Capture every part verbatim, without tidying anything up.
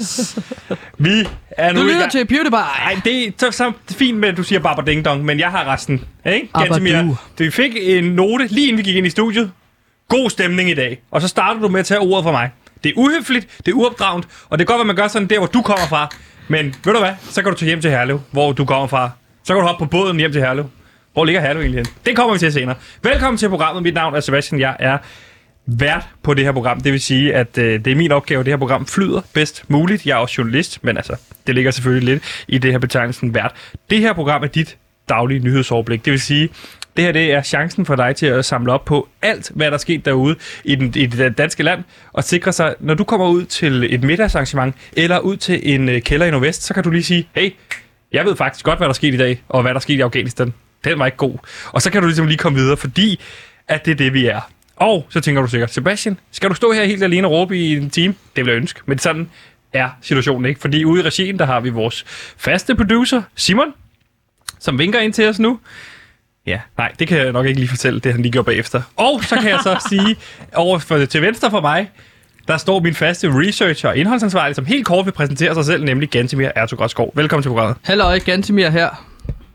Yes. Vi er nu Du i lytter gang. til PewDiePie. Nej, det er så, så fint med, at du siger Baba Ding Dong, men jeg har resten. Ikke? Gantemir, vi fik en note lige inden vi gik ind i studiet. God stemning i dag. Og så starter du med at tage ordet fra mig. Det er uhøfligt, det er uopdragent, og det er godt, at man gør sådan der, hvor du kommer fra. Men ved du hvad, så kan du tage hjem til Herlev, hvor du kommer fra. Så kan du hoppe på båden hjem til Herlev. Hvor ligger Herlev egentlig hen? Det kommer vi til senere. Velkommen til programmet. Mit navn er Sebastian. Jeg er vært på det her program. Det vil sige, at øh, det er min opgave, at det her program flyder bedst muligt. Jeg er også journalist, men altså, det ligger selvfølgelig lidt i det her betegnelsen vært. Det her program er dit daglige nyhedsoverblik. Det vil sige, det her det er chancen for dig til at samle op på alt, hvad der er sket derude i, den, i det danske land, og sikre sig, når du kommer ud til et middagsarrangement, eller ud til en øh, kælder i Nordvest, så kan du lige sige, hey, jeg ved faktisk godt, hvad der er sket i dag, og hvad der er sket i Afghanistan. Den var ikke god. Og så kan du ligesom lige komme videre, fordi at det er det, vi er. Og så tænker du sikkert, Sebastian, skal du stå her helt alene og råbe i en time? Det vil jeg ønske, men sådan er situationen ikke. Fordi ude i regien, der har vi vores faste producer, Simon, som vinker ind til os nu. Ja, nej, det kan jeg nok ikke lige fortælle, det han lige gjorde bagefter. Og så kan jeg så sige, over for, til venstre for mig, der står min faste researcher og indholdsansvarlig, som helt kort vil præsentere sig selv, nemlig Gantemir Ertugrad-Skov. Velkommen til programmet. Halløj, Gantemir her.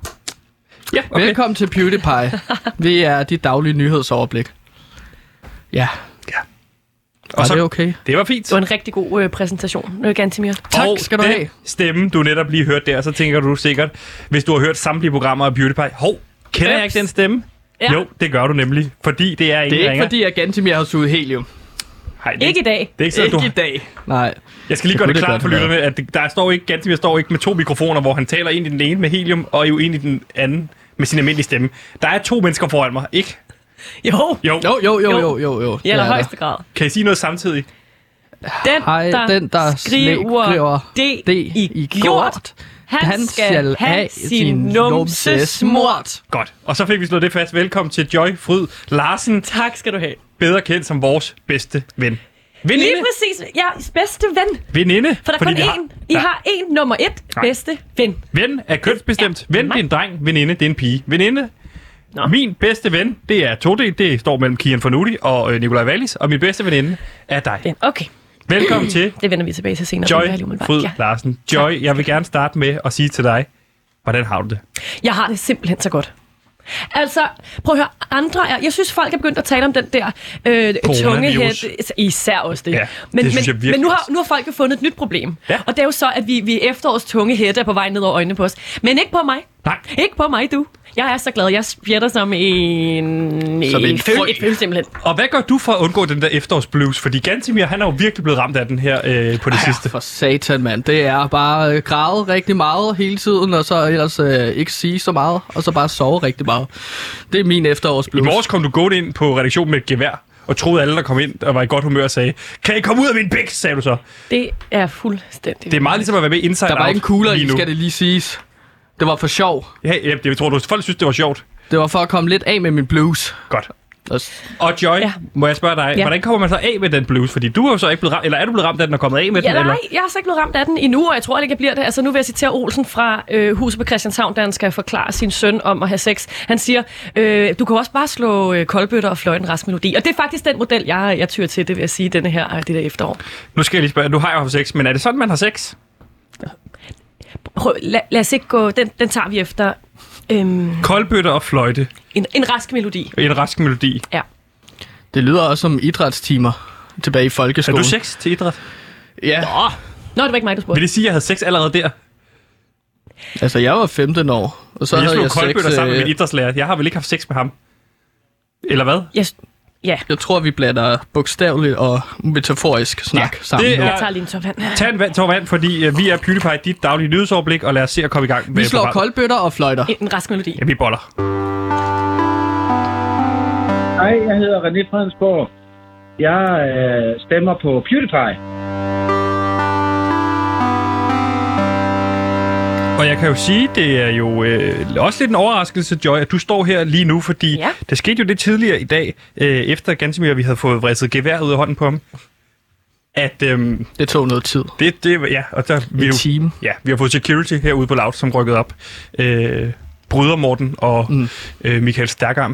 Ja, okay. Velkommen til PewDiePie. Vi er dit daglige nyhedsoverblik. Ja. Ja. Og, og så, det okay? Det var fint. Det var en rigtig god øh, præsentation, øh, Gantemir. Tak og skal du den have. Stemme, du netop lige hørte der, så tænker du sikkert, hvis du har hørt samtlige programmer af PewDiePie, hov, kender jeg ikke den stemme? Ja. Jo, det gør du nemlig, fordi det er en, Det er ikke ringer. fordi, at Gantemir har suget helium. Hej, det er Ikke i dag. Det er ikke sådan, Ikke du... i dag. Nej. Jeg skal lige Det gøre det kunne det klart godt for have lytterne, at det, der står ikke, Gantemir står ikke med to mikrofoner, hvor han taler ind i den ene med helium, og jo ind i den anden med sin almindelige stemme. Der er to mennesker foran mig, ikke? Jo, Jo. Jo, jo, jo, jo, jo, jo. i allerhøjeste grad. Kan I sige noget samtidig? Den, Hej, der, den, der skriver skriver det det i i gjort, gjort, han, han skal have sin numse smurt. Godt. Og så fik vi slået det fast. Velkommen til Joy Fryd Larsen, Tak skal du have. bedre kendt som vores bedste ven. Veninde. Lige præcis. Ja, bedste ven. Veninde. For der er kun én. I Ja. har én nummer et Nej. bedste ven. Ven er kønsbestemt. Ja, Ven, det er en dreng. Veninde, det er en pige. Veninde. Nå. Min bedste ven, det er todelt. Det står mellem Kian Fornuti og øh, Nikolaj Wallis. Og min bedste veninde er dig. Ven. Okay, Velkommen til det vender vi tilbage til senere. Joy Det er lige umiddelbart. Fryd Ja. Larsen. Joy, jeg vil gerne starte med at sige til dig, hvordan har du det? Jeg har det simpelthen så godt. Altså, prøv at høre, andre er... Jeg synes, folk er begyndt at tale om den der øh, Coronavirus. tungehæt. Især også det. Ja, det men, synes men, jeg virkelig men nu har, også. nu har folk jo fundet et nyt problem. Ja. Og det er jo så, at vi, vi efterårs tungehætte er på vej ned over øjnene på os. Men ikke på mig. Nej. Ikke på mig, du. Jeg er så glad. Jeg spjætter som en... Som en føl, frø. et føl simpelthen. Og hvad gør du for at undgå den der efterårsblues? Fordi Gantemir, han er jo virkelig blevet ramt af den her øh, på det Ja, sidste. for satan, mand. Det er bare øh, græde rigtig meget hele tiden, og så ellers øh, ikke sige så meget, og så bare sove rigtig meget. Det er min I efterårsblues. morges kom du gående ind på redaktionen med et gevær, og troede alle, der kom ind og var i godt humør og sagde, kan I komme ud af min bæk, sagde du så. Det er fuldstændig... Det er meget ligesom at være med Inside Der var Out ikke en kugler lige i, nu. skal det lige siges. Det var for sjov. Ja, ja, det tror du, folk synes, det var sjovt. Det var for at komme lidt af med min blues. Godt. Og Og Joy, ja. Ja. må jeg spørge dig, Ja. hvordan kommer man så af med den blues? Fordi du er jo så ikke blevet ramt, eller er du blevet ramt af den og kommet af med Ja, den? nej, Eller? jeg har så ikke blevet ramt af den endnu, og jeg tror ikke, jeg bliver det. Altså, nu vil jeg citere Olsen fra øh, Huset på Christianshavn, da han skal forklare sin søn om at have sex. Han siger, øh, du kan også bare slå øh, koldbøtter og fløjte en rask melodi. Og det er faktisk den model, jeg, jeg tyrer til, det vil jeg sige, denne her, det der efterår. Nu skal jeg lige spørge, du har jo haft sex, men er det sådan, man har sex? Prøv, lad, lad os ikke gå, den, den tager vi efter øhm, Koldbøtter og fløjte. en, en rask melodi. En rask melodi. Ja. det lyder også som idrætstimer tilbage i Er folkeskolen. du sex til idræt? Ja, Nå, Nå, det var ikke mig, du spurgte. Vil det sige, at jeg havde sex allerede der? altså jeg var femten år, og så Jeg havde slog jeg koldbøtter sex, sammen med øh, min idrætslærer. Jeg har vel ikke haft sex med ham? Eller hvad? Jeg, ja, Jeg tror, vi blander bogstaveligt og metaforisk snak Ja, sammen det nu. er- jeg tager lige en tår vand. Tag en vand, tår vand, fordi uh, vi er PewDiePie, dit daglige nyhedsoverblik, og lad os se at komme i gang med Vi slår programmet. koldbøtter og fløjter. En, en rask melodi. Ja, vi boller. Hej, jeg hedder René Fredensborg. Jeg øh, stemmer på PewDiePie. Og jeg kan jo sige, det er jo øh, også lidt en overraskelse, Joy, at du står her lige nu, fordi Ja. det skete jo lidt tidligere i dag, øh, efter Gantemir, vi havde fået vridset geværet ud af hånden på ham, at øhm, Det tog noget tid. det, det, ja, og der, vi, En jo, time. ja, vi har fået security herude på Loud, som rykkede op. Øh, Bryder Morten og mm. øh, Michael Stærkarm.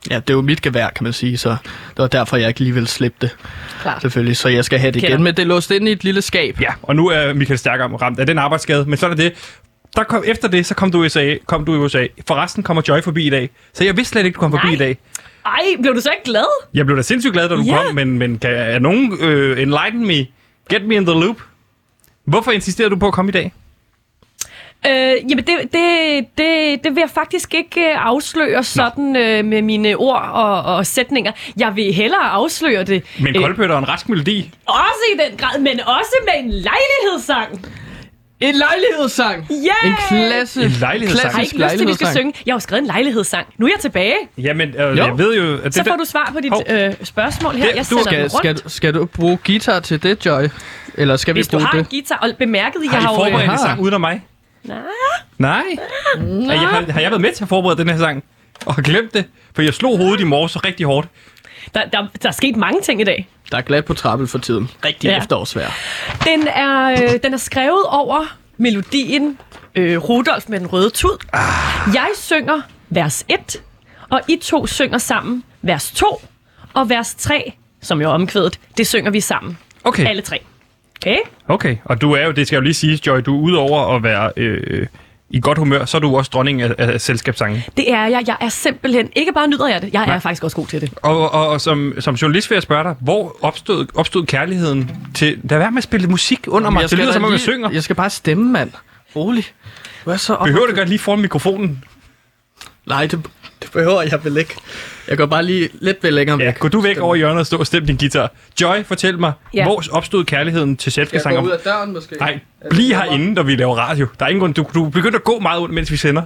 Ja, det er jo mit gevær, kan man sige, så det var derfor, jeg ikke lige ville slippe det. Klart. Selvfølgelig, så jeg skal have det Kender. igen. Men det er låst inde i et lille skab. Ja, og nu er Michael Stærkam ramt af den arbejdsskade, men så er det. Der kom, efter det, så kom du, i U S A, kom du i U S A. Forresten kommer Joy forbi i dag. Så jeg vidste slet ikke, du kom forbi Nej. i dag. Ej, blev du så ikke glad? Jeg blev da sindssygt glad, da du Ja. kom, men, men kan, er nogen øh, enlighten me? Get me in the loop? Hvorfor insisterer du på at komme i dag? Øh, jamen, det, det, det, det vil jeg faktisk ikke øh, afsløre sådan øh, med mine ord og, og sætninger. Jeg vil hellere afsløre det. Men koldbøtter og en rask melodi. Også i den grad, men også med en lejlighedssang. En lejlighedssang! Ja! En klasse, En lejlighedssang. Har I klassisk ikke lyst til, at vi skal lejlighedssang. synge? Jeg har jo skrevet en lejlighedssang. Nu er jeg tilbage. Jamen, øh, jeg ved jo... At det, Så får du svar på dit Hov. øh, spørgsmål her. Det- Jeg du sender den Skal, rundt. skal, skal du bruge guitar til det, Joy? Eller skal Hvis vi du bruge har en det? guitar, og bemærket, Har jeg I har jo... forberedt øh, en sang uden om mig? Nej. Nej. Er jeg, har, har jeg været med til at forberede den her sang? Og har glemt det? For jeg slog hovedet i morges så rigtig hårdt. Der, der, der er sket mange ting i dag. Der er glat på trappel for tiden. Rigtig Ja. ja. efterårsvejr. Den er, øh, den er skrevet over melodien øh, Rudolf med den røde tud. Ah. Jeg synger vers et, og I to synger sammen vers to, og vers tre, som jo er omkvædet, det synger vi sammen. Okay. Alle tre. Okay? Okay, og du er jo, det skal jeg jo lige sige, Joy, du er udover at være øh, i godt humør, så er du også dronning af, af selskabssangen. Det er jeg. Jeg er simpelthen, ikke bare nyder jeg det, jeg Nej. er faktisk også god til det. Og, og, og som, som journalist vil jeg spørge dig, hvor opstod, opstod kærligheden til... Lad være med at spille musik under mig, Jeg det lyder da som om jeg lige- synger. Jeg skal bare stemme, mand. Rolig. Du er så op- Behøver du godt lige foran mikrofonen? Nej, det, det behøver jeg vel ikke. Jeg går bare lige lidt ved længere væk. Ja, gå du væk over hjørnet og stå og stem din guitar. Joy, fortæl mig, Ja. hvor opstod kærligheden til Skal jeg gå ud selskabssanger? af døren måske? Nej, bliv herinde, når vi laver radio. Der er ingen grund, du, du begynder at gå meget ud, mens vi sender.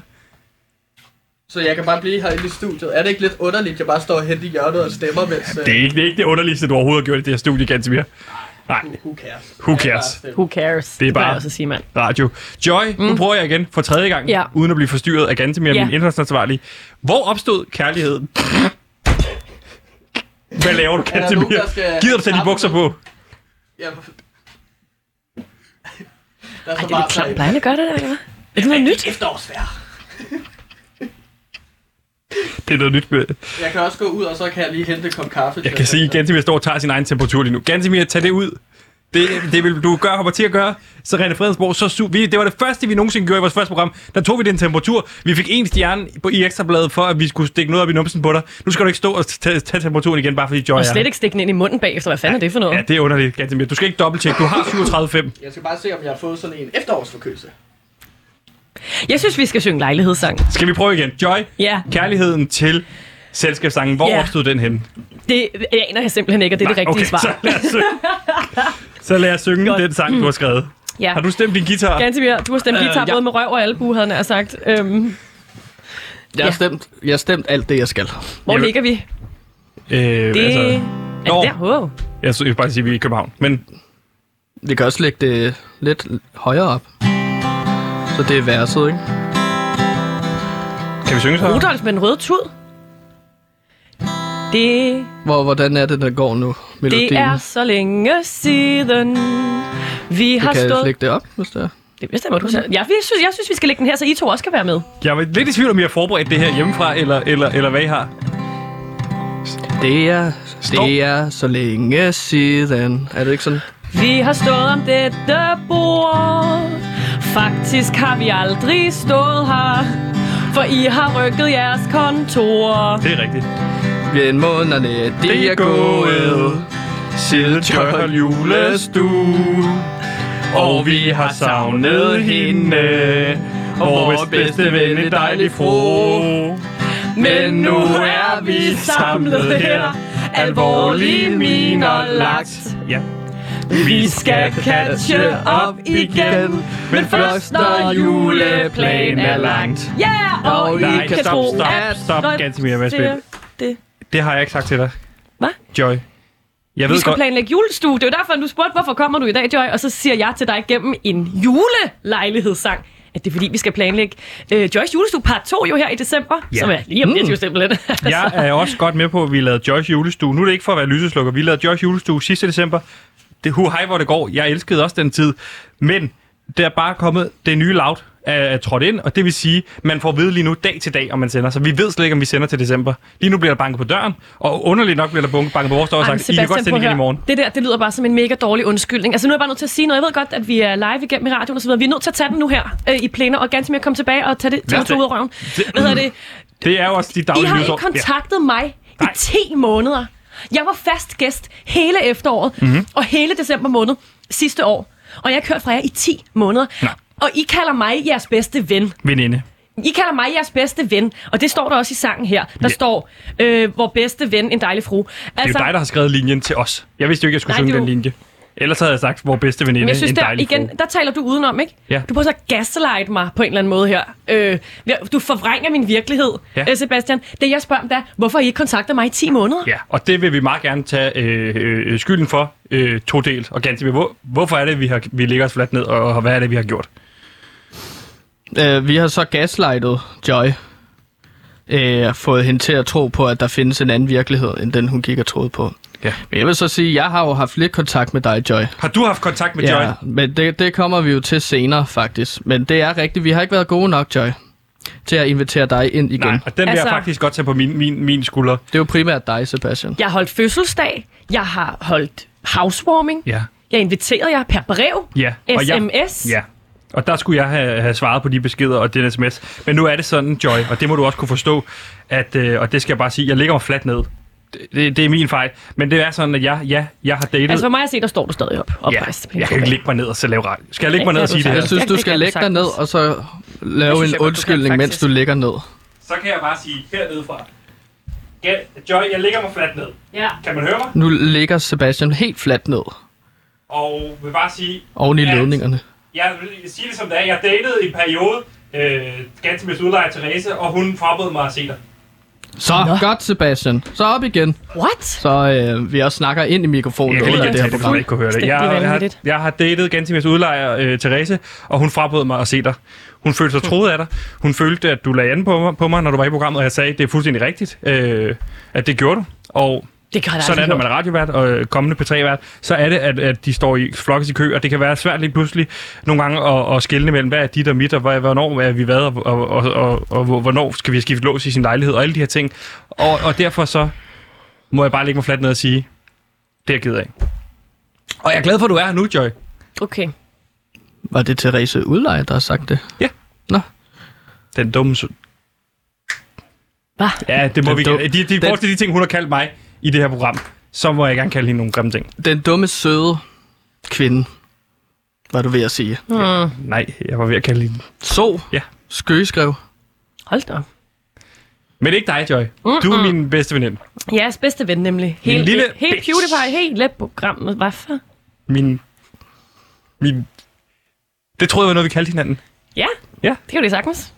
Så jeg kan bare blive herinde i studiet. Er det ikke lidt underligt, at jeg bare står hen i hjørnet og stemmer, mens... Det er ikke det, er ikke det underligste, du overhovedet har gjort i det her studie, Gantemir. Nej, Who cares? who cares? Who cares? Det er må bare- jeg også sige, mand. Radio. Joy, mm. nu prøver jeg igen for tredje gang, Ja. uden at blive forstyrret af Gantemir, Ja. min internationale. Hvor opstod kærligheden? Hvad laver du, der nogen, Gantemir? der skal- Gider du tage de bukser på? Ja. Der er Ej, det er lidt klamt. Plejer han at gøre det der, eller hvad? Er det noget nyt? Efterårsvejr. Det er noget nyt med. Jeg kan også gå ud, og så kan jeg lige hente en kop kaffe. Jeg kan sige, at Gantemir står og tager sin egen temperatur lige nu. Gantemir, tag det ud. Det, det vil du gøre, hopper til at gøre. Så René Fredensborg, så su- vi, det var det første, vi nogensinde gjorde i vores første program. Der tog vi den temperatur. Vi fik en stjerne på, i Ekstrabladet for, at vi skulle stikke noget op i numsen på dig. Nu skal du ikke stå og tage, tage temperaturen igen, bare fordi Joy Og er slet her. ikke stikke den ind i munden bagefter. Hvad fanden er det for noget? Ja, det er underligt, Gantemir. Du skal ikke dobbelttjekke. Du har syvogtredive komma fem. Jeg skal bare se, om jeg har fået sådan en efterårsforkølelse. Jeg synes, vi skal synge lejlighedssang. Skal vi prøve igen? Joy, Ja, kærligheden til selskabssangen. Hvor Ja. opstod den henne? det aner jeg simpelthen ikke, og det er det rigtige okay, svar. Så lad os synge, så lad os synge Godt. den sang, du har skrevet. Ja. Har du stemt din guitar? Gantemir, du har stemt Øh, guitar ja. både med røv og albu, havde jeg sagt. Øhm, Jeg har, Ja. stemt, jeg har stemt alt det, jeg skal. hvor Jamen, ligger vi? Øh, Det... altså, Er Nå. det der? Wow. jeg vil bare sige, at vi er i København. Men Vi kan også lægge det lidt højere op. Så det er verset, ikke? kan vi synge så? Rudolf med den røde tud. Det, Hvor, hvordan er det, der går nu? Melodien. det er så længe siden, vi har kan jeg stået... lægge det op, hvis det er. Det bestemmer du selv. Jeg synes, jeg synes, vi skal lægge den her, så I to også kan være med. Jeg var lidt i tvivl, om I har forberedt det her hjemmefra, eller, eller, eller hvad I har. Det er, Stop. det er så længe siden. Er det ikke sådan? Vi har stået om dette bord. Faktisk har vi aldrig stået her, for I har rykket jeres kontor. Det er rigtigt. Ved månederne, de er gået. Siden tør julestue, og vi har savnet hende, og vores bedste ven, en dejlig fru. Men nu er vi samlet her, alvorlige miner lagt. Ja. Vi skal catche op igen, men først når juleplan er langt. Ja, yeah, og I Nej, kan stop, tro, stop, at stop, Gantemir, hvad det, spil? det. Det har jeg ikke sagt til dig. Hvad? Joy. Jeg Vi ved skal godt, planlægge julestue. Det er jo derfor, du spurgte, hvorfor kommer du i dag, Joy? Og så siger jeg til dig gennem en julelejlighedssang, at det er fordi, vi skal planlægge øh, Joys julestue part to jo her i december, Ja. som er lige om lidt jo simpelthen. jeg er også godt med på, at vi lavede Joyce julestue. Nu er det ikke for at være lyseslukker. Vi lavede Joyce julestue sidste december. Det hu hej, hvor det går. Jeg elskede også den tid. Men det er bare kommet det nye loud. er trådt ind, og det vil sige, man får at vide lige nu dag til dag, om man sender. Så vi ved slet ikke, om vi sender til december. Lige nu bliver der banket på døren, og underligt nok bliver der banket på vores dør og sagt, I kan godt sende igen i morgen. Det der, det lyder bare som en mega dårlig undskyldning. Altså nu er jeg bare nødt til at sige noget. Jeg ved godt, at vi er live igennem i radioen og så videre. Vi er nødt til at tage den nu her øh, i plæner, og ganske mere komme tilbage og tage det til ud af røven. Hvad hedder det? Det er jo også de daglige I har nyhedsår. ikke kontaktet mig i Nej. ti måneder. Jeg var fast gæst hele efteråret mm-hmm. og hele december måned sidste år. Og jeg har kørt fra jer i ti måneder. Nej. Og I kalder mig jeres bedste ven. Veninde. I kalder mig jeres bedste ven. Og det står der også i sangen her. Der Ja. står, øh, vor bedste ven, en dejlig frue. Altså, det er jo dig, der har skrevet linjen til os. Jeg vidste jo ikke, jeg skulle Nej, synge det er den jo- linje. Ellers havde jeg sagt, vores bedste veninde, Men jeg synes, en der, dejlig igen, frue. der taler du udenom, ikke? Ja. Du prøver så at gaslight mig på en eller anden måde her. Øh, du forvrænger min virkelighed, Ja. ja. Sebastian. Det jeg spørger om, der, hvorfor har I ikke kontaktet mig i ti måneder? Ja, og det vil vi meget gerne tage øh, øh, skylden for øh, todelt. Og ganske hvor, hvorfor er det, vi, har, vi ligger os fladt ned, og hvad er det, vi har gjort? Uh, vi har så gaslightet Joy. Uh, fået hende til at tro på, at der findes en anden virkelighed, end den hun gik og troede på. Ja. Men jeg vil så sige, at jeg har jo haft lidt kontakt med dig, Joy. Har du haft kontakt med Joy? Ja, men det, det kommer vi jo til senere, faktisk. Men det er rigtigt, vi har ikke været gode nok, Joy, til at invitere dig ind igen. Nej, og den vil altså, Altså- jeg faktisk godt tage på min, min, min skulder. Det er jo primært dig, Sebastian. Jeg har holdt fødselsdag. Jeg har holdt housewarming. Ja. Jeg inviterede jer per brev. Ja. Og jeg, sms. ja. Og der skulle jeg have, have svaret på de beskeder og den sms. Men nu er det sådan, Joy, og det må du også kunne forstå, at, øh, og det skal jeg bare sige, jeg ligger mig fladt ned. Det, det, det er min fejl. Men det er sådan, at jeg, ja, jeg har datet... Altså for mig at se, der står du stadig op. ja, Oprejst. jeg kan ikke ligge mig ned og så lave radio. Skal jeg ligge Ja, mig ned det og kan sige du det her? Jeg synes, Ja, du det skal kan du lægge dig ned, sagtens. og så lave synes en jeg godt, du undskyldning, kan, mens faktisk. du ligger ned. Så kan jeg bare sige hernede fra. Joy, jeg ligger mig fladt ned. Ja. Kan man høre mig? Nu ligger Sebastian helt fladt ned Og vil bare sige... oven i at ledningerne. Jeg vil sige det som det er. Jeg datede i en periode øh, ganske med udlejer Therese, og hun forbød mig at se dig. Så, godt Sebastian. Så op igen. What? Så øh, vi også snakker ind i mikrofonen Jeg kan under lige det her gentage det, hvis man program. ikke kunne høre det. Fuldstændig Jeg, jeg, har, vanvittigt. jeg har datet Gantimers udlejer øh, Therese, og hun frabød mig at se dig. Hun følte sig troet af dig. Hun følte, at du lagde an på mig, på mig, når du var i programmet, og jeg sagde, at det er fuldstændig rigtigt, øh, at det gjorde du. Og Det kan jeg sådan er det, når man er radiovært og øh, kommende P tre-vært, så er det, at, at de står i flokkes i kø, og det kan være svært lige pludselig nogle gange at, at skelne mellem, hvad er dit og mit, og hvad, hvornår er vi hvad, og, og, og, og, og hvornår skal vi have skiftet lås i sin lejlighed, og alle de her ting. Og, og derfor så må jeg bare lægge mig fladt ned og sige, det er jeg ked af. Og jeg er glad for, at du er her nu, Joy. Okay. Var det Therese Udlejer, der har sagt det? Ja. Nå. Den dumme sø- Hvad? Ja, det må Den vi dum- gerne. De, de, den- forhold til de ting, hun har kaldt mig i det her program, så må jeg gerne kalde hende nogle grimme ting. Den dumme, søde kvinde, var du ved at sige. Mm. Nej, jeg var ved at kalde hende. Så, Ja. skøgeskrev. Hold da op. Men det er ikke dig, Joy. Du er min bedste veninde. Jeres bedste ven nemlig. Min Helt, lille helt bitch. PewDiePie, helt let programmet. Hvad for? Min... Min... Det troede jeg var noget, vi kaldte hinanden. Ja, Ja. det kan du sagtens.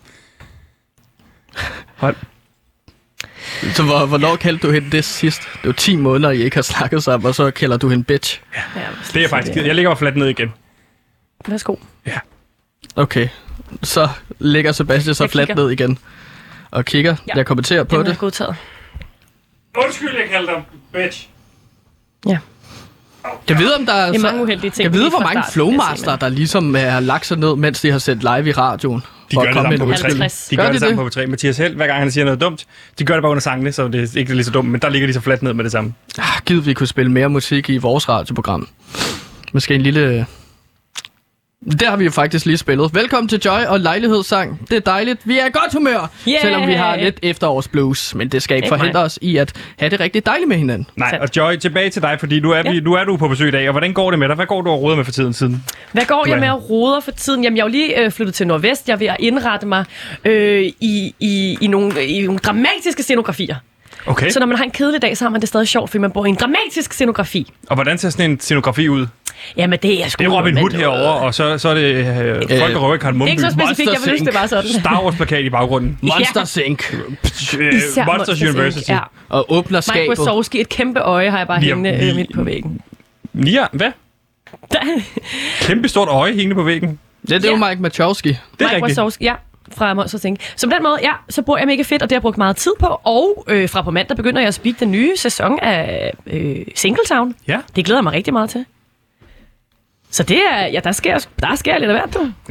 Hold. Så hvor, hvornår kaldte du hende det sidst? Det er jo ti måneder, I ikke har snakket sammen, og så kalder du hende bitch. Ja, Det er jeg faktisk ked. Jeg ligger mig fladt ned igen. Værsgo. Okay, så ligger Sebastian så Jeg fladt kigger. ned igen. Og kigger. Ja. Jeg kommenterer på Den er det. godtaget. Undskyld, jeg kaldte dig bitch. Ja. Jeg ved, om der er, Det er mange uheldige ting. jeg ved, lige hvor fra mange start, flowmaster, der ligesom har lagt sig ned, mens de har sendt live i radioen. De for gør at det komme sammen med på en P tre. undskyldning. halvtreds. De Gør gør de det sammen det? på P tre. Mathias Held, hver gang han siger noget dumt, de gør det bare under sangene, så det er ikke lige så dumt, men der ligger de så fladt ned med det samme. Ah, givet, vi kunne spille mere musik i vores radioprogram. Måske en lille... Der har vi jo faktisk lige spillet. Velkommen til Joy og lejlighedssang. Det er dejligt. Vi er i godt humør, Yeah! selvom vi har lidt efterårsblues. Men det skal ikke Ikke forhindre mig. os i at have det rigtig dejligt med hinanden. Nej, Sandt. og Joy, tilbage til dig, fordi nu er, vi, Ja. nu er du på besøg i dag, og hvordan går det med dig? Hvad går du og roder med for tiden siden? Hvad går Du jeg er med her. at rode for tiden? Jamen, jeg er jo lige øh, flyttet til Nordvest. Jeg er ved at indrette mig øh, i, i, i, nogle, i nogle dramatiske scenografier. Okay. Så når man har en kedelig dag, så har man det stadig sjovt, fordi man bor i en dramatisk scenografi. Og hvordan ser sådan en scenografi ud? Jamen, det er sgu... Det er Robin Hood men- herovre, og så, så er det øh, folk og røver i Karl Ikke så specifikt, jeg vil lyst, det var sådan. Star Wars-plakat i baggrunden. Monster Sync. Øh, Især Monsters University. Ja. Og åbner Mike skabet. Wazowski, et kæmpe øje har jeg bare Lige- hængende lige- øh, midt på væggen. Nia, hvad? Kæmpe stort øje hængende på væggen. Ja, det er jo Ja. Mike Wachowski. Det er Mike rigtigt. Wazowski, ja. Fra Monsters Incorporated. Så på den måde, ja, så bor jeg mega fedt, og det har jeg brugt meget tid på. Og øh, fra på mandag begynder jeg at speak den nye sæson af øh, Singletown. Ja. Det glæder jeg mig rigtig meget til. Så det er, ja, der sker, der sker lidt af hvert, du. Ja.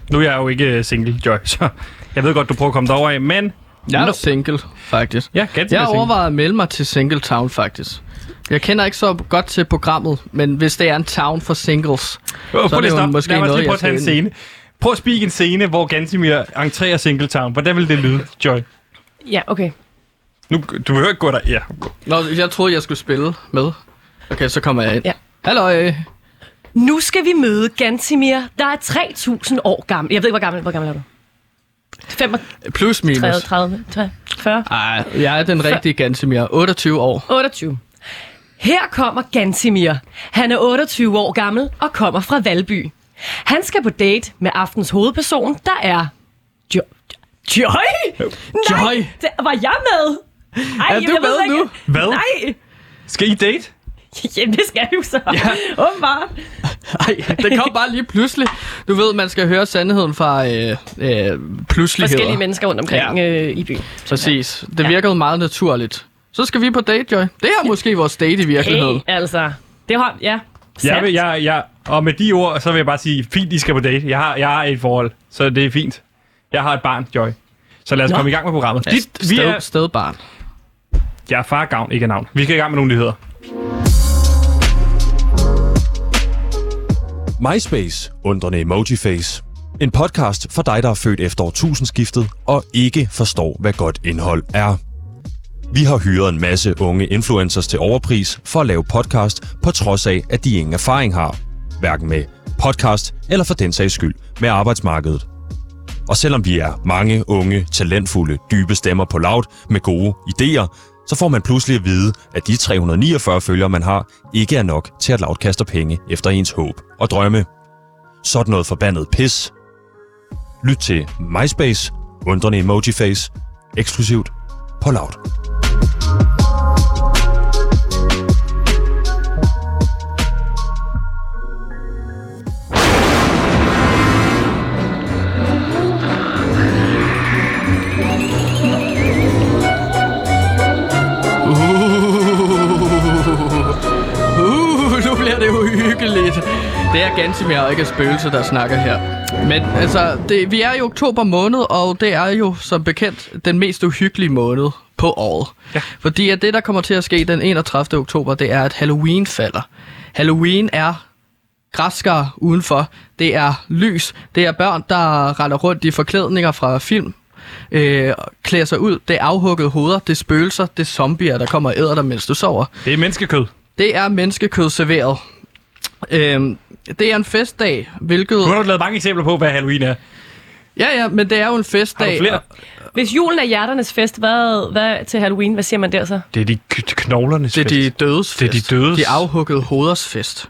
Nu er jeg jo ikke single, Joy, så jeg ved godt, du prøver at komme derover af, men... Jeg er single, faktisk. Ja, ganske Jeg overvejede at melde mig til Singletown, faktisk. Jeg kender ikke så godt til programmet, men hvis det er en town for singles, oh, så er det jo måske Lad mig noget, lige prøve jeg at tage en skal scene. Prøv at speak en scene, hvor Gansimir entrerer Singletown. Hvordan vil det lyde, Joy? Ja, okay. Nu, du behøver ikke gå der. Ja. Nå, jeg troede, jeg skulle spille med. Okay, så kommer jeg ind. Ja. Hallo. Nu skal vi møde Gansimir, der er tre tusind år gammel. Jeg ved ikke, hvor gammel, hvor gammel er du? femogtredive, Plus minus. tredive, fyrre? Ej, jeg er den rigtige Gansimir. otteogtyve år. otteogtyve. Her kommer Gansimir. Han er otteogtyve år gammel og kommer fra Valby. Han skal på date med aftens hovedperson, der er... Jo- Joy? Nej, Joy? det, var jeg med? Ej, Er jeg du ved med ikke. nu? Hvad? Nej. Skal I date? Jamen, det skal vi jo så. Ja. Åbenbart. Ej, det kom bare lige pludselig. Du ved, man skal høre sandheden fra øh, øh, pludseligheder. Forskellige mennesker rundt omkring Ja. øh, i byen. Præcis. Det Ja. virkede meget naturligt. Så skal vi på date, Joy. Det er måske vores date i virkeligheden. Hey, altså. Det har... Ja. Jeg Sandt. vil, jeg, jeg, og med de ord, så vil jeg bare sige, fint, I skal på date. Jeg har, jeg har et forhold, så det er fint. Jeg har et barn, Joy. Så lad os Nå. komme i gang med programmet. Ja, Dit, vi sted, er, stedbarn. jeg er far gavn, ikke navn. Vi skal i gang med nogle nyheder. MySpace, undrende emojiface. En podcast for dig, der er født efter årtusindskiftet og ikke forstår, hvad godt indhold er. Vi har hyret en masse unge influencers til overpris for at lave podcast, på trods af, at de ingen erfaring har. Hverken med podcast eller for den sags skyld med arbejdsmarkedet. Og selvom vi er mange unge, talentfulde, dybe stemmer på Loud med gode idéer, så får man pludselig at vide, at de tre hundrede niogfyrre følgere, man har, ikke er nok til at Loud kaster penge efter ens håb og drømme. Sådan noget forbandet pis. Lyt til MySpace, undrende emojiface, eksklusivt på Loud. Uh, nu bliver det uhyggeligt. Det er Gansimir og ikke spøgelse, der snakker her. Men altså, det, vi er i oktober måned, og det er jo som bekendt den mest uhyggelige måned på året. Ja. Fordi at det, der kommer til at ske den enogtredivte oktober, det er, at Halloween falder. Halloween er græskar udenfor. Det er lys. Det er børn, der render rundt i forklædninger fra film. Øh, klæder sig ud. Det er afhuggede hoveder. Det er spøgelser. Det er zombier, der kommer og æder dig, mens du sover. Det er menneskekød. Det er menneskekød serveret. Øhm, det er en festdag, hvilket... Du har lavet mange eksempler på, hvad Halloween er. Ja, ja, men det er jo en Har festdag. du flere? Hvis julen er hjerternes fest, hvad, hvad til Halloween? Hvad siger man der så? Det er de k- knoglernes Det er de dødes Det er de fest. dødes. De afhuggede hoveders fest.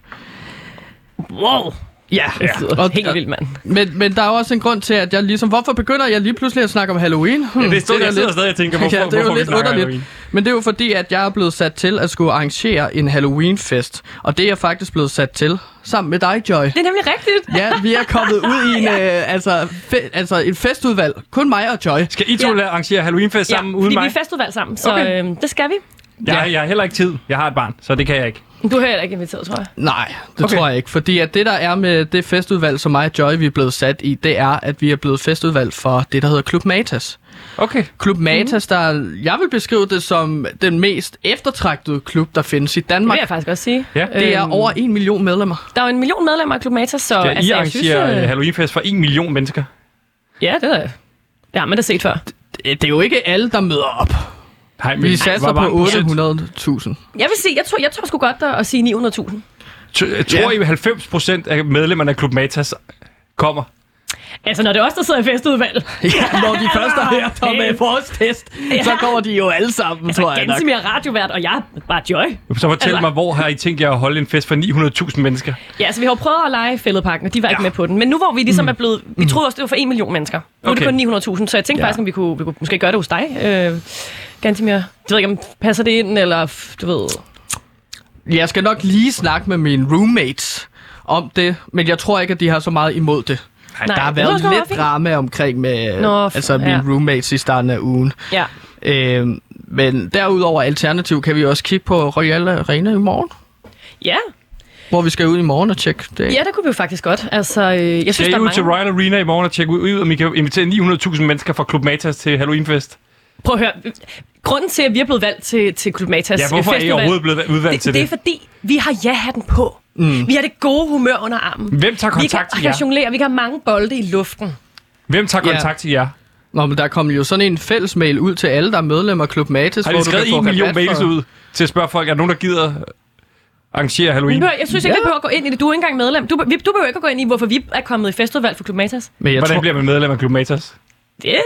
Wow! Ja, Det lyder og, helt vildt, mand. men, men der er jo også en grund til, at jeg ligesom... Hvorfor begynder jeg lige pludselig at snakke om Halloween? Hmm, Ja, det stod, er jeg da sidder lidt- stadig og tænker, hvorfor, ja, det er jo hvorfor vi lidt snakker underligt. Halloween. Men det er jo fordi, at jeg er blevet sat til at skulle arrangere en Halloween-fest. Og det er jeg faktisk blevet sat til sammen med dig, Joy. Det er nemlig rigtigt. Ja, vi er kommet ud i en, øh, altså, fe, altså en festudvalg. Kun mig og Joy. Skal I to Ja. arrangere Halloweenfest sammen ja, uden fordi mig? vi er festudvalg sammen, så Okay. øh, det skal vi. Jeg, jeg har heller ikke tid. Jeg har et barn, så det kan jeg ikke. Du har heller ikke inviteret, tror jeg. Nej, det Okay. okay. tror jeg ikke. Fordi at det, der er med det festudvalg, som mig og Joy vi er blevet sat i, det er, at vi er blevet festudvalg for det, der hedder Klub Matas. Okay. Klub Matas, der jeg vil beskrive det som den mest eftertragtede klub, der findes i Det Danmark. vil jeg faktisk også sige. Ja. Det er Øhm, over en million medlemmer. Der er jo en million medlemmer af Klub Matas, så Skal I altså, jeg arrangere synes... øh, Øh, Halloweenfest for en million mennesker? ja, det er det har man da set før. Det er jo ikke alle, der møder op. Nej, Vi satser hvor på mange procent? otte hundrede tusind. Jeg vil sige, jeg tror, jeg tror sgu godt at, at sige ni hundrede tusind. T- Tror I, at halvfems procent af medlemmerne af Klub Matas kommer? Altså, når det er os, der sidder i festudvalg. Ja, når de første er her, der med vores fest, Ja. så kommer de jo alle sammen, tror jeg nok. Gansimir er radiovært, og jeg er bare Joy. Så fortæl Altså- mig, hvor har I tænkt jer at holde en fest for ni hundrede tusind mennesker? Ja, altså vi har jo prøvet at lege Fælledparken, og de var ikke Ja. med på den. Men nu hvor vi ligesom er blevet... Vi troede også, det var for en million mennesker. Nu er Okay. det kun ni hundrede tusind, så jeg tænkte Ja. faktisk, om vi kunne, vi kunne måske gøre det hos dig, øh, Gansimir. Jeg ved ikke, om passer det ind, eller f- du ved... Jeg skal nok lige snakke med mine roommates om det, men jeg tror ikke, at de har så meget imod det. Nej, Der har det været var sgu meget lidt fint. drama omkring med Nå, f- altså mine ja. roommates i starten af ugen. Ja. Øhm, men derudover alternativ kan vi også kigge på Royal Arena i morgen. Ja. Hvor vi skal ud i morgen og tjekke det. Ja, det kunne vi jo faktisk godt. Altså, øh, jeg synes, Skal I der er ud mange... til Royal Arena i morgen og tjekke ud, ud om I kan invitere ni hundrede tusind mennesker fra Klub Matas til Halloweenfest? Prøv at høre. Grunden til, at vi er blevet valgt til, til Klub Matas Ja, hvorfor er I overhovedet blevet udvalgt det, til det? det? Det er fordi, vi har ja-hatten på. Mm. Vi har det gode humør under armen. Hvem tager kontakt vi til jer? kan jonglere, vi kan have mange bolde i luften. Hvem tager kontakt Ja. til jer? Nå, men der kom jo sådan en fælles mail ud til alle, der er medlemmer af Klub Matas. Har hvor I du skrevet kan få en million rabat mails for- ud til at spørge folk, er der nogen, der gider arrangere Halloween? Men hør, jeg synes ikke, Ja. vi behøver at gå ind i det. Du er ikke engang medlem. Du, vi, du behøver ikke at gå ind i, hvorfor vi er kommet i festudvalg for Klub Matas. Men jeg Hvordan tror, bliver man medlem af Klub Matas? Det...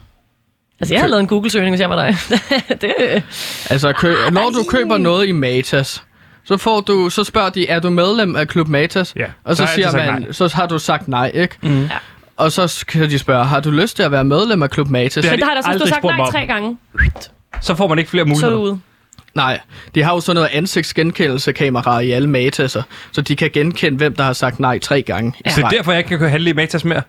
Altså, jeg har lavet en Google-søgning, hvis jeg var dig. det... altså, kø, når du køber noget i Matas, så får du, så spørger de, er du medlem af Klub Matas? Ja, Og så, så har jeg siger altid sagt man, nej. så har du sagt nej, ikke? Mm. Ja. Og så kan de spørge, har du lyst til at være medlem af Klub Matas? Det har Men de der har der så, hvis du aldrig har sagt spurgt mig nej om. tre gange, Så får man ikke flere så er muligheder. du ude. Nej, de har jo sådan noget ansigtsgenkendelse-kameraer i alle Matas'er, så de kan genkende, hvem der har sagt nej tre gange. Ja. Så det er derfor, jeg ikke kan køre handle i Matas mere.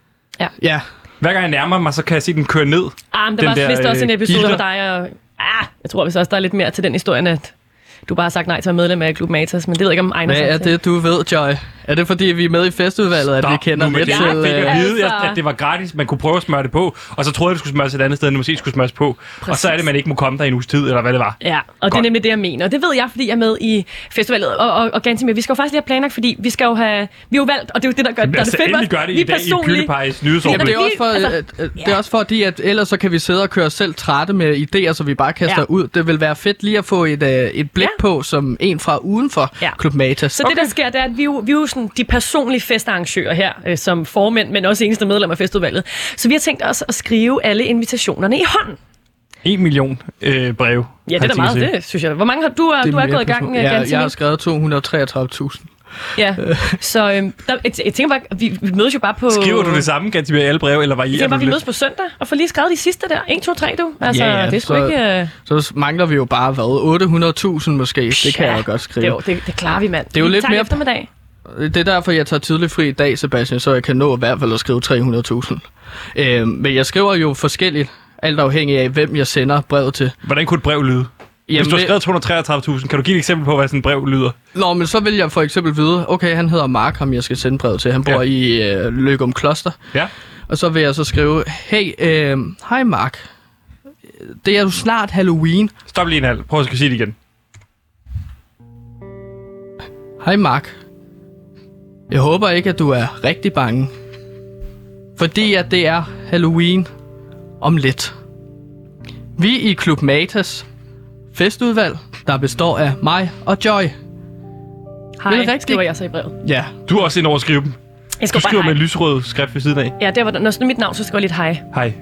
Ja, Hver gang jeg nærmer mig, så kan jeg se den køre ned. Ah, men der Den var også, der, vist også en øh, episode Gilder. med dig og... Ah, jeg tror vist også, der er lidt mere til den historie, end at du bare har sagt nej til at være medlem af Klub Matas, men det ved jeg ikke, om egner hvad sig er til. det, du ved, Joy? Er det, fordi vi er med i festudvalget, at vi kender nu med lidt det. til... Jeg fik øh, at vide, Altså- at, at det var gratis. Man kunne prøve at smøre det på. Og så troede jeg, det skulle smøres et andet sted, end det måske skulle smøres på. Præcis. Og så er det, at man ikke må komme der i en uges tid, eller hvad det var. Ja, og det er Godt. nemlig det, jeg mener. Og det ved jeg, fordi jeg er med i festivalet. Og, og, og Gantimir, vi skal jo faktisk lige have planlagt, fordi vi skal jo have... Vi er jo valgt, og det er jo det, der gør, der er Lad os det fedt. endelig gøre det vi i dag i PewDiePie's nyhedsoverblik. Jamen, det er også for, Altså, at, at, det er også fordi, at ellers så kan vi sidde og køre os selv trætte med idéer, så vi bare kaster Ja. ud. Det vil være fedt lige at få et, uh, et blik Ja. på, som en fra uden for Ja. Klub Matas. Så okay. det, der sker, det er, at vi er jo, vi er jo sådan de personlige festarrangører her, øh, som formænd, men også eneste medlem af festudvalget. Så vi har tænkt os at skrive alle invitationerne i hånden. En million øh, breve. Ja, det er da meget, det synes jeg. Hvor mange har du, er, Det du er mere gået i gang, person- øh, Ja, Gantimir? jeg har skrevet to hundrede og treogtredive tusind. Ja, så øhm, der, jeg, jeg tænker bare, vi, vi mødes jo bare på... Skriver du det samme, Gantimir, i alle breve, eller Jeg varierer tænker du bare, vi lidt? mødes på søndag og får lige skrevet de sidste der. en, to, tre, du. Altså, Ja, ja, det er sgu så- ikke... Øh, Så mangler vi jo bare, hvad, otte hundrede tusind måske. Det kan ja, jeg jo godt det, skrive. er jo- det, det klarer vi, mand. Det er jo vi lidt tager mere- eftermiddag. Det er derfor, jeg tager tidligt fri i dag, Sebastian, så jeg kan nå i hvert fald at skrive tre hundrede tusind. Øh, men jeg skriver jo forskelligt, alt afhængig af, hvem jeg sender brevet til. Hvordan kunne et brev lyde? Hvis Jamen, du har det- skrevet to hundrede og treogtredive tusind, kan du give et eksempel på, hvad sådan et brev lyder? Nå, men så vil jeg for eksempel vide, okay, han hedder Mark, ham jeg skal sende brevet til. Han bor Ja. i øh, Løgum Kloster. Ja. Og så vil jeg så skrive, hey, øh, hej Mark. Det er jo snart Halloween. Stop lige en halv. Prøv at skal sige det igen. Hej Mark. Jeg håber ikke, at du er rigtig bange. Fordi at det er Halloween om lidt. Vi i Klub Matas festudvalg, der består af mig og Joy. Hej, rigtig- skriver jeg så i brevet. Ja, Du er også ind over at skrive dem. Jeg Du skriver skriver bare med hej. lysrød skrift ved siden af. Ja, der var, når det er mit navn, så skriver jeg lidt hej. Hej.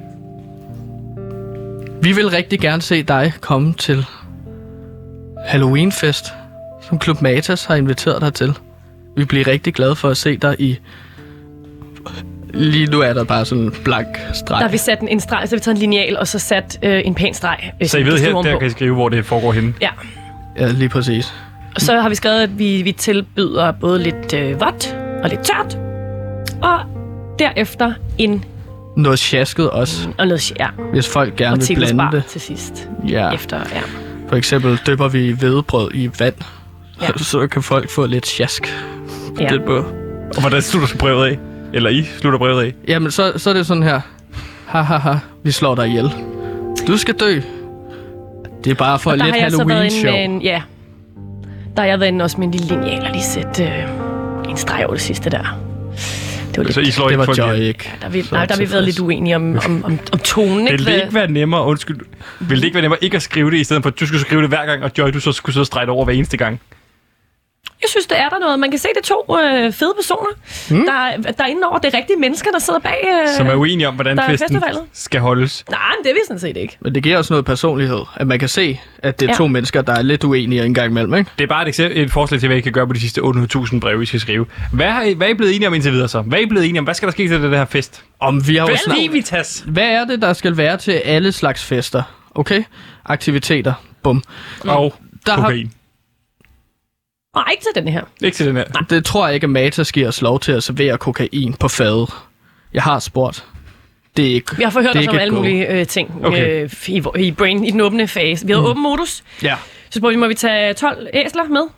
vi vil rigtig gerne se dig komme til Halloweenfest, som Klub Matas har inviteret dig til. Vi bliver rigtig glade for at se dig i... Lige nu er der bare sådan en blank streg. Der har vi sat en, en streg, så har vi taget en lineal, og så sat øh, en pæn streg. Øh, Så I som ved kan her, skrive der ovenpå. kan I skrive, hvor det foregår henne. Ja, Ja, lige præcis. og så har vi skrevet, at vi, vi tilbyder både lidt øh, vådt og lidt tørt. Og derefter en Noget sjasket også, og noget ja, hvis folk gerne og vil blande tilsvar det. til sidst. Ja, Efter, ja. for eksempel dypper vi hvedebrød i vand, Ja. så kan folk få lidt sjask. Ja. Det på. Og hvordan slutter du brevet af? Eller I slutter brevet af? Jamen, så, så er det sådan her. Ha, ha, ha. Vi slår dig ihjel. Du skal dø. Det er bare for Og der lidt har jeg så været inde Halloween-show. med en, ja, der har jeg været inde også med en lille lineal og lige sætte øh, en streg over det sidste der. Det var lidt, Så I slår Det ikke var folk Joy ihjel? ikke. der, er vi, Så nej, der har vi været tilfreds. lidt uenige om, om, om, om tonen. Vil det Hvad- ikke være nemmere, undskyld, vil det ikke være nemmere ikke at skrive det, i stedet for at du skulle skrive det hver gang, og Joy, du så skulle sidde og strege det over hver eneste gang? Jeg synes, det er der noget. Man kan se, det er to øh, fede personer, mm. der, der er inde over. Det er rigtige mennesker, der sidder bag. Øh, Som er uenige om, hvordan der er festen festivalet. skal holdes. Nej, men det er vi sådan set ikke. Men det giver også noget personlighed, at man kan se, at det er Ja. to mennesker, der er lidt uenige en gang imellem, ikke? Det er bare et, eksempel, et forslag til, hvad I kan gøre på de sidste otte hundrede tusind breve, I skal skrive. Hvad, har I, hvad er I blevet enige om indtil videre så? Hvad er I blevet enige om? Hvad skal der ske til det her fest? Om vi har jo snart... Festivitas! Hvad er det, der skal være til alle slags fester? Okay? Aktiviteter. Bum. Og Der har, kokain. Nej, ikke til den her. Ikke til den her. det tror jeg ikke, at Matas giver os lov til at servere kokain på fadet. Jeg har spurgt. Det er ikke... Vi har forhørt det er os om ikke et alle go. mulige øh, ting Okay. øh, i, vor- i Brain i den åbne fase. Vi havde mm. åben modus. Ja. Så spurgte vi, må vi tage tolv æsler med?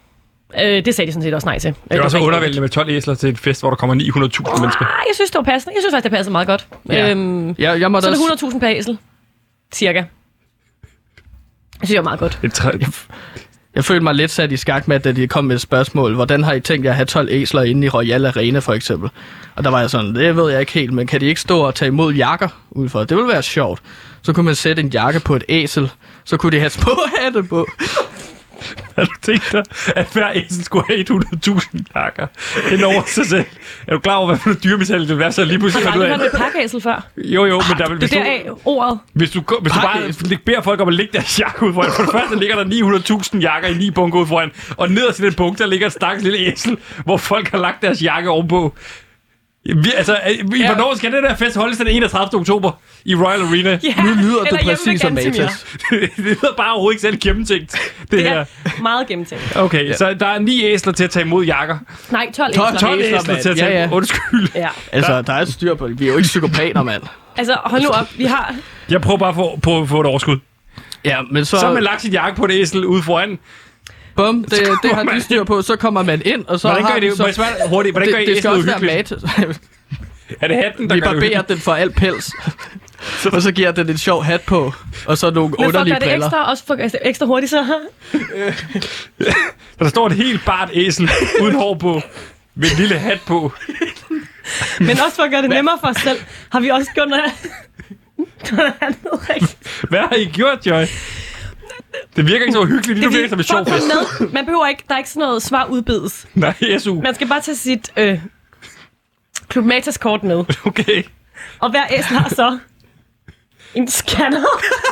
Øh, det sagde de sådan set også nej til. Det er også rigtig undervældende med tolv æsler til en fest, hvor der kommer ni hundrede tusind mennesker. Nej, jeg synes, det var passende. Jeg synes faktisk, det passer meget godt. Ja. Øhm, Ja, jeg må så er da det hundrede tusind per æsel. Cirka. Jeg synes, det var meget godt. Et træ... Jeg følte mig lidt sat i skak med, da de kom med et spørgsmål. Hvordan har I tænkt jer at have tolv æsler inde i Royal Arena, for eksempel? Og der var jeg sådan, det ved jeg ikke helt, men kan de ikke stå og tage imod jakker udenfor? Det ville være sjovt. Så kunne man sætte en jakke på et æsel, så kunne de have små hatte på. Har du tænkt dig, at hver æsel skulle have hundrede tusind jakker ind over sig selv? Er du klar over, hvad for noget dyremishandling det vil være, så lige pludselig Har fandt du ud aldrig af? hørt med pakæsel før? Jo, jo, men der vil... Det er deraf ordet. Hvis du, hvis du bare beder folk om at lægge deres jakke ud foran, for det første ligger der ni hundrede tusind jakker i ni bunker ud foran, og nederst i den punkt, der ligger et stakkels lille æsel, hvor folk har lagt deres jakke ovenpå. Vi, altså, vi, ja. Hvornår skal den der fest holdes den enogtredivte oktober i Royal Arena? Ja, Nu lyder det eller hjemme præcis ved som Gantemir. Matas. det lyder bare overhovedet ikke selv gennemtænkt, det, Det her. er meget gennemtænkt. Okay, ja. Så der er ni æsler til at tage imod jakker. Nej, tolv tolv æsler. tolv æsler, æsler mand. til at tage Ja, ja. imod. Undskyld. Ja. Altså, der er et styr på det. Vi er jo ikke psykopater, mand. Altså, hold nu op. Vi har... Jeg prøver bare at få, på at få et overskud. Ja, men så... Så har man lagt sit jakke på et æsel ude foran. Bum, det, det har de styr på. Så kommer man ind, og så Hvordan gør har I vi det? så... Må jeg svare hurtigt? Hvordan gør I det, det skal æslet også være uhyggeligt? mat. Er det hatten, der Vi gør det barberer uhyggeligt? den for alt pels. Og så giver den en sjov hat på. Og så nogle Men for at underlige gøre det briller. ekstra, også for at gøre det ekstra hurtigt, så... Så der står et helt bart æsel uden hår på, med en lille hat på. Men også for at gøre det nemmere for os selv, har vi også gjort noget noget andet rigtigt. Hvad har I gjort, Joy? Det virker ikke så uhyggeligt. Det, det virker som et sjovt for at fest. komme med, man behøver ikke, der er ikke sådan noget svar udbedes. Nej, S U. Man skal bare tage sit øh, Club Matas kort med. Okay. Og hver æsel har så en scanner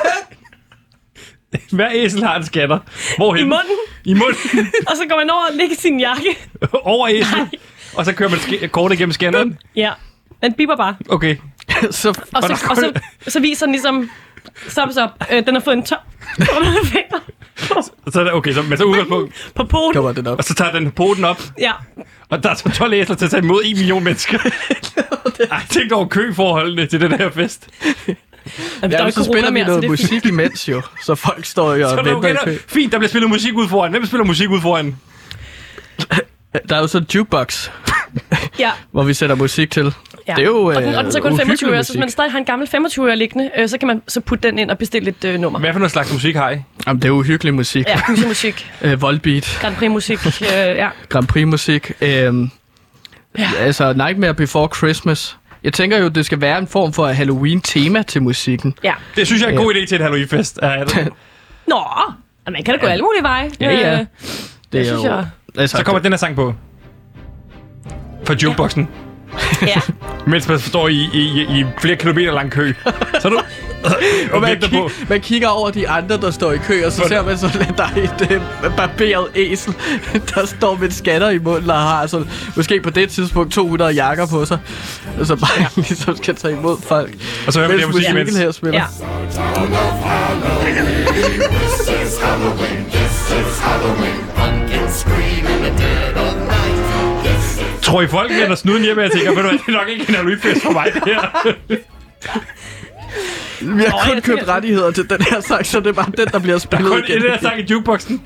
Hver æsel har en scanner. Hvorhen? i munden, I munden. og så går man over og lægger sin jakke. Over æsel. Nej. Og så kører man sk- kortet igennem scanneren. Ja, den biber bare. Okay. så, Og Og så, der- og så, så viser den ligesom, thumbs up, øh, den har fået en tom finger Så er det, okay, så, men så udgangspunkt. på poten. kommer den op. Og så tager den poten op. Ja, Og der er så tolv æsler til at tage imod en million mennesker. Ej, tænk over køforholdene til den her fest. men der er Ja, jo så ikke corona spiller vi mere, så noget det er fint. musik imens jo. Så folk står jo og Så der, venter okay, i der, kø. fint, der bliver spillet musik ud foran. Hvem spiller musik ud foran? Der er jo så en jukebox, Ja. hvor vi sætter musik til. Ja. Det er jo og den, og den så kun øh, femogtyve øre, uhyggelig så hvis man musik. stadig har en gammel femogtyve øre liggende, øh, så kan man så putte den ind og bestille et øh, nummer. Hvad for noget slags musik har I? Jamen, det er uhyggelig musik. Ja, gysermusik, Øh, Volbeat, Grand Prix musik, øh, ja. Grand Prix musik. Øh, Ja. Altså, Nightmare Before Christmas. Jeg tænker jo, det skal være en form for Halloween-tema til musikken. Ja. Det synes jeg er en god idé til en Halloween-fest. Ja, det. Nå, man kan da gå alle mulige veje. Ja, ja. Øh, Det er synes jo, jeg- altså, Så kommer den her sang på. For jukeboxen. ja. Mens man står i, i, i, i flere kilometer lang kø. Så er du... og man, venter på. kig, man kigger over de andre, der står i kø, og så For- ser man så, at der er et øh, barberet æsel, der står med en scanner i munden, og har altså, måske på det tidspunkt to hundrede jakker på sig, og så bare ligesom skal tage imod folk. Og så hører man det her musik musikken imens. her spiller. ja. Tror I folk vender snuden hjem, og jeg tænker, ved du hvad, det er nok ikke en Halloween-fest for mig, det her. Vi har Nå, kun jeg købt tænker- rettigheder til den her sang, så det er bare den, der bliver Der er spillet kun igen. en der sang i jukeboxen.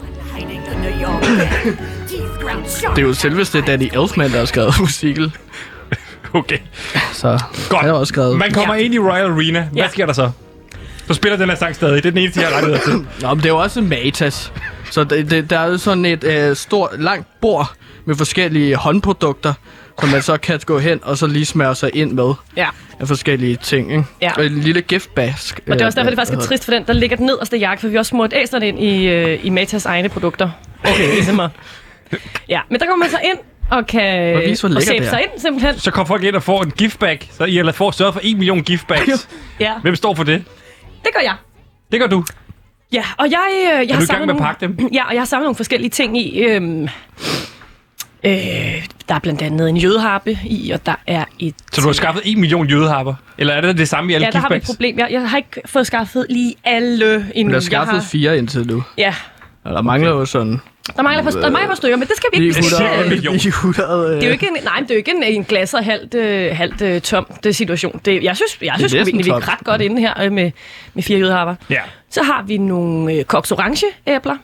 Det er jo selveste Danny Elfman, der har skrevet musikken. Okay, Så godt. han har også skrevet... Man kommer Ja. ind i Royal Arena. Hvad Ja. sker der så? Så spiller den her sang stadig. Det er den eneste, jeg har rettigheder til. Nå, men det er jo også Matas. Så det, det, der er jo sådan et øh, stort, langt bord med forskellige håndprodukter, som man så kan gå hen og så lige smøre sig ind med ja. af forskellige ting, ikke? Ja. Og en lille giftbask. Og det er også derfor, det faktisk er trist for den, der ligger den nederste jakke, for vi har også smurt æslerne ind i, øh, i Matas egne produkter. Okay. Ligesom at, ja, men der kommer man så ind og kan Og vis, hvor og lækkert sæbe det er. sig ind, simpelthen. Så kommer folk ind og får en giftbag. Så I har får sørget for en million giftbags. Ja, Hvem står for det? det gør jeg. Det gør du. Ja, og jeg, øh, jeg Er har du i gang samlet med at nogle, pakke dem? Ja, og jeg har samlet nogle forskellige ting i. Øhm, øh, der er blandt andet en jødeharpe i, og der er et... Så du har skaffet en million jødeharper? Eller er det det samme i alle Ja, der har vi et giftbags? problem. Jeg, jeg har ikke fået skaffet lige alle endnu. Men der er Jeg skaffet har, fire indtil nu. ja, Og der mangler jo sådan... der mangler et par, der mangler et par stykker, men det skal vi ikke... ni hundrede Det, million. ni hundrede, det er jo ikke en, nej, men det er jo ikke en, en glas og halvt, øh, halvt øh, tom det situation. Det, jeg synes, jeg synes sgu næsten egentlig, vi er tomt. ret godt inde her øh, med, med fire jødeharper. Ja. Så har vi nogle øh, koks orange æbler.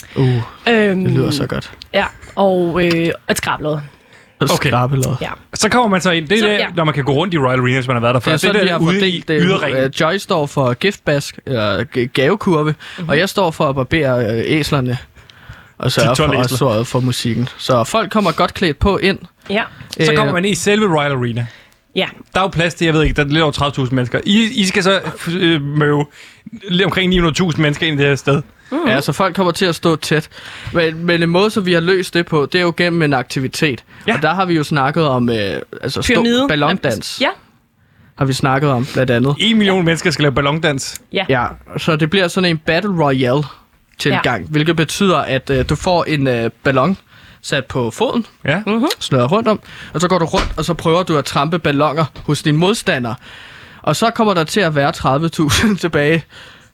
Uh, Øhm, det lyder så godt. Ja, og øh, et skrablod. Okay. Skrabelod. Ja. Så kommer man så ind. Det er Så, det, ja. når man kan gå rundt i Royal Arena, hvis man har været der før. Det er sådan, det vi der har ude fordelt i det. yderringen. Uh, Joy står for giftbask, eller g- gavekurve, mm-hmm. og jeg står for at barbere øh, æslerne. Og sørge for, og sørge for musikken. Så folk kommer godt klædt på ind. Ja. Så kommer man ind i selve Royal Arena. Ja. Der er jo plads til, jeg ved ikke, der er lidt over tredive tusind mennesker. I, I skal så øh, møve lidt omkring ni hundrede tusind mennesker ind i det her sted. Mm-hmm. Ja, så folk kommer til at stå tæt. Men, men en måde, så vi har løst det på, det er jo gennem en aktivitet. Ja. Og der har vi jo snakket om øh, altså stå, ballondans. Ja. Har vi snakket om, blandt andet. En million mennesker skal lave ballondans. Ja. Ja, så det bliver sådan en Battle Royale tilgang, ja. Hvilket betyder, at øh, du får en øh, ballon sat på foden, ja. mm-hmm. snøret rundt om, og så går du rundt, og så prøver du at trampe balloner hos dine modstandere. Og så kommer der til at være tredive tusind tilbage.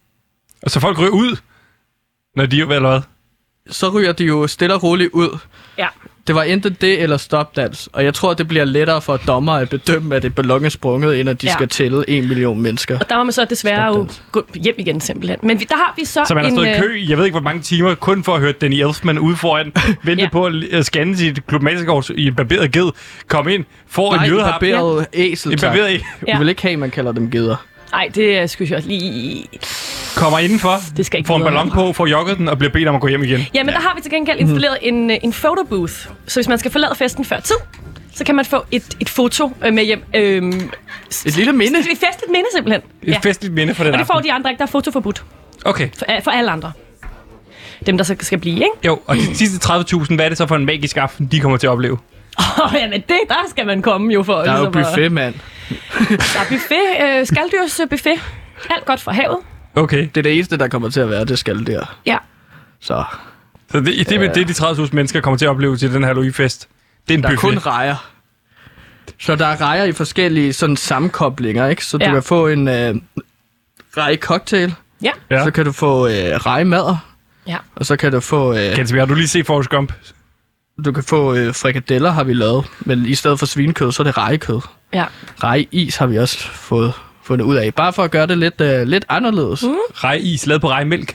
Og så folk ryger ud, når de er eller hvad? Så ryger de jo stille og roligt ud. Ja. Det var enten det eller stopdans, og jeg tror, det bliver lettere for dommer at bedømme, at det ballon er sprunget, end at de ja. skal tælle en million mennesker. Og der var man så desværre jo gå hjem igen simpelthen. Men vi, der har vi så Så man har stået i kø, jeg ved ikke hvor mange timer, kun for at høre Danny Elfman ude foran, vente ja. på at scanne sit klubmatikort i en barberet ged, komme ind, få en jøde Nej, en barberet ja. æsel, en barberet æsel. Ja. Du vil ikke have, man kalder dem geder. Nej, det skulle jeg også lige... Kommer indenfor, får en ballon på, får jogget den og bliver bedt om at gå hjem igen. Ja, men ja. der har vi til gengæld installeret mm. en, en photobooth. Så hvis man skal forlade festen før tid, så kan man få et, et foto med hjem. Øhm, et lille minde? Et festligt minde simpelthen. Et ja. festligt minde for den Og det får aften. de andre ikke, der er fotoforbudt. Okay. For, for alle andre. Dem, der så skal blive, ikke? Jo, og de sidste tredive tusind, hvad er det så for en magisk aften, de kommer til at opleve? Åh, oh, jamen det, der skal man komme jo for. Der er jo buffet, mand. Der er buffet, øh, skalddyrs buffet. Alt godt fra havet. Okay. Det er det eneste, der kommer til at være, det skal der. Ja. Så. Så det, det, det, det de tredive tusind mennesker kommer til at opleve til den her Halloween-fest. Det er en der buffet. Der er kun rejer. Så der er rejer i forskellige sådan sammenkoblinger, ikke? Så ja. du kan få en øh, reje-cocktail. Ja. ja. Så kan du få øh, reje-madder. Ja. Og så kan du få... Øh, Kensby, har du lige set Forrest Gump? Du kan få øh, frikadeller, har vi lavet. Men i stedet for svinekød, så er det rejekød. Ja. Reje-is har vi også fået fundet ud af. Bare for at gøre det lidt, øh, lidt anderledes. Mm. Reje-is lavet på rejemælk?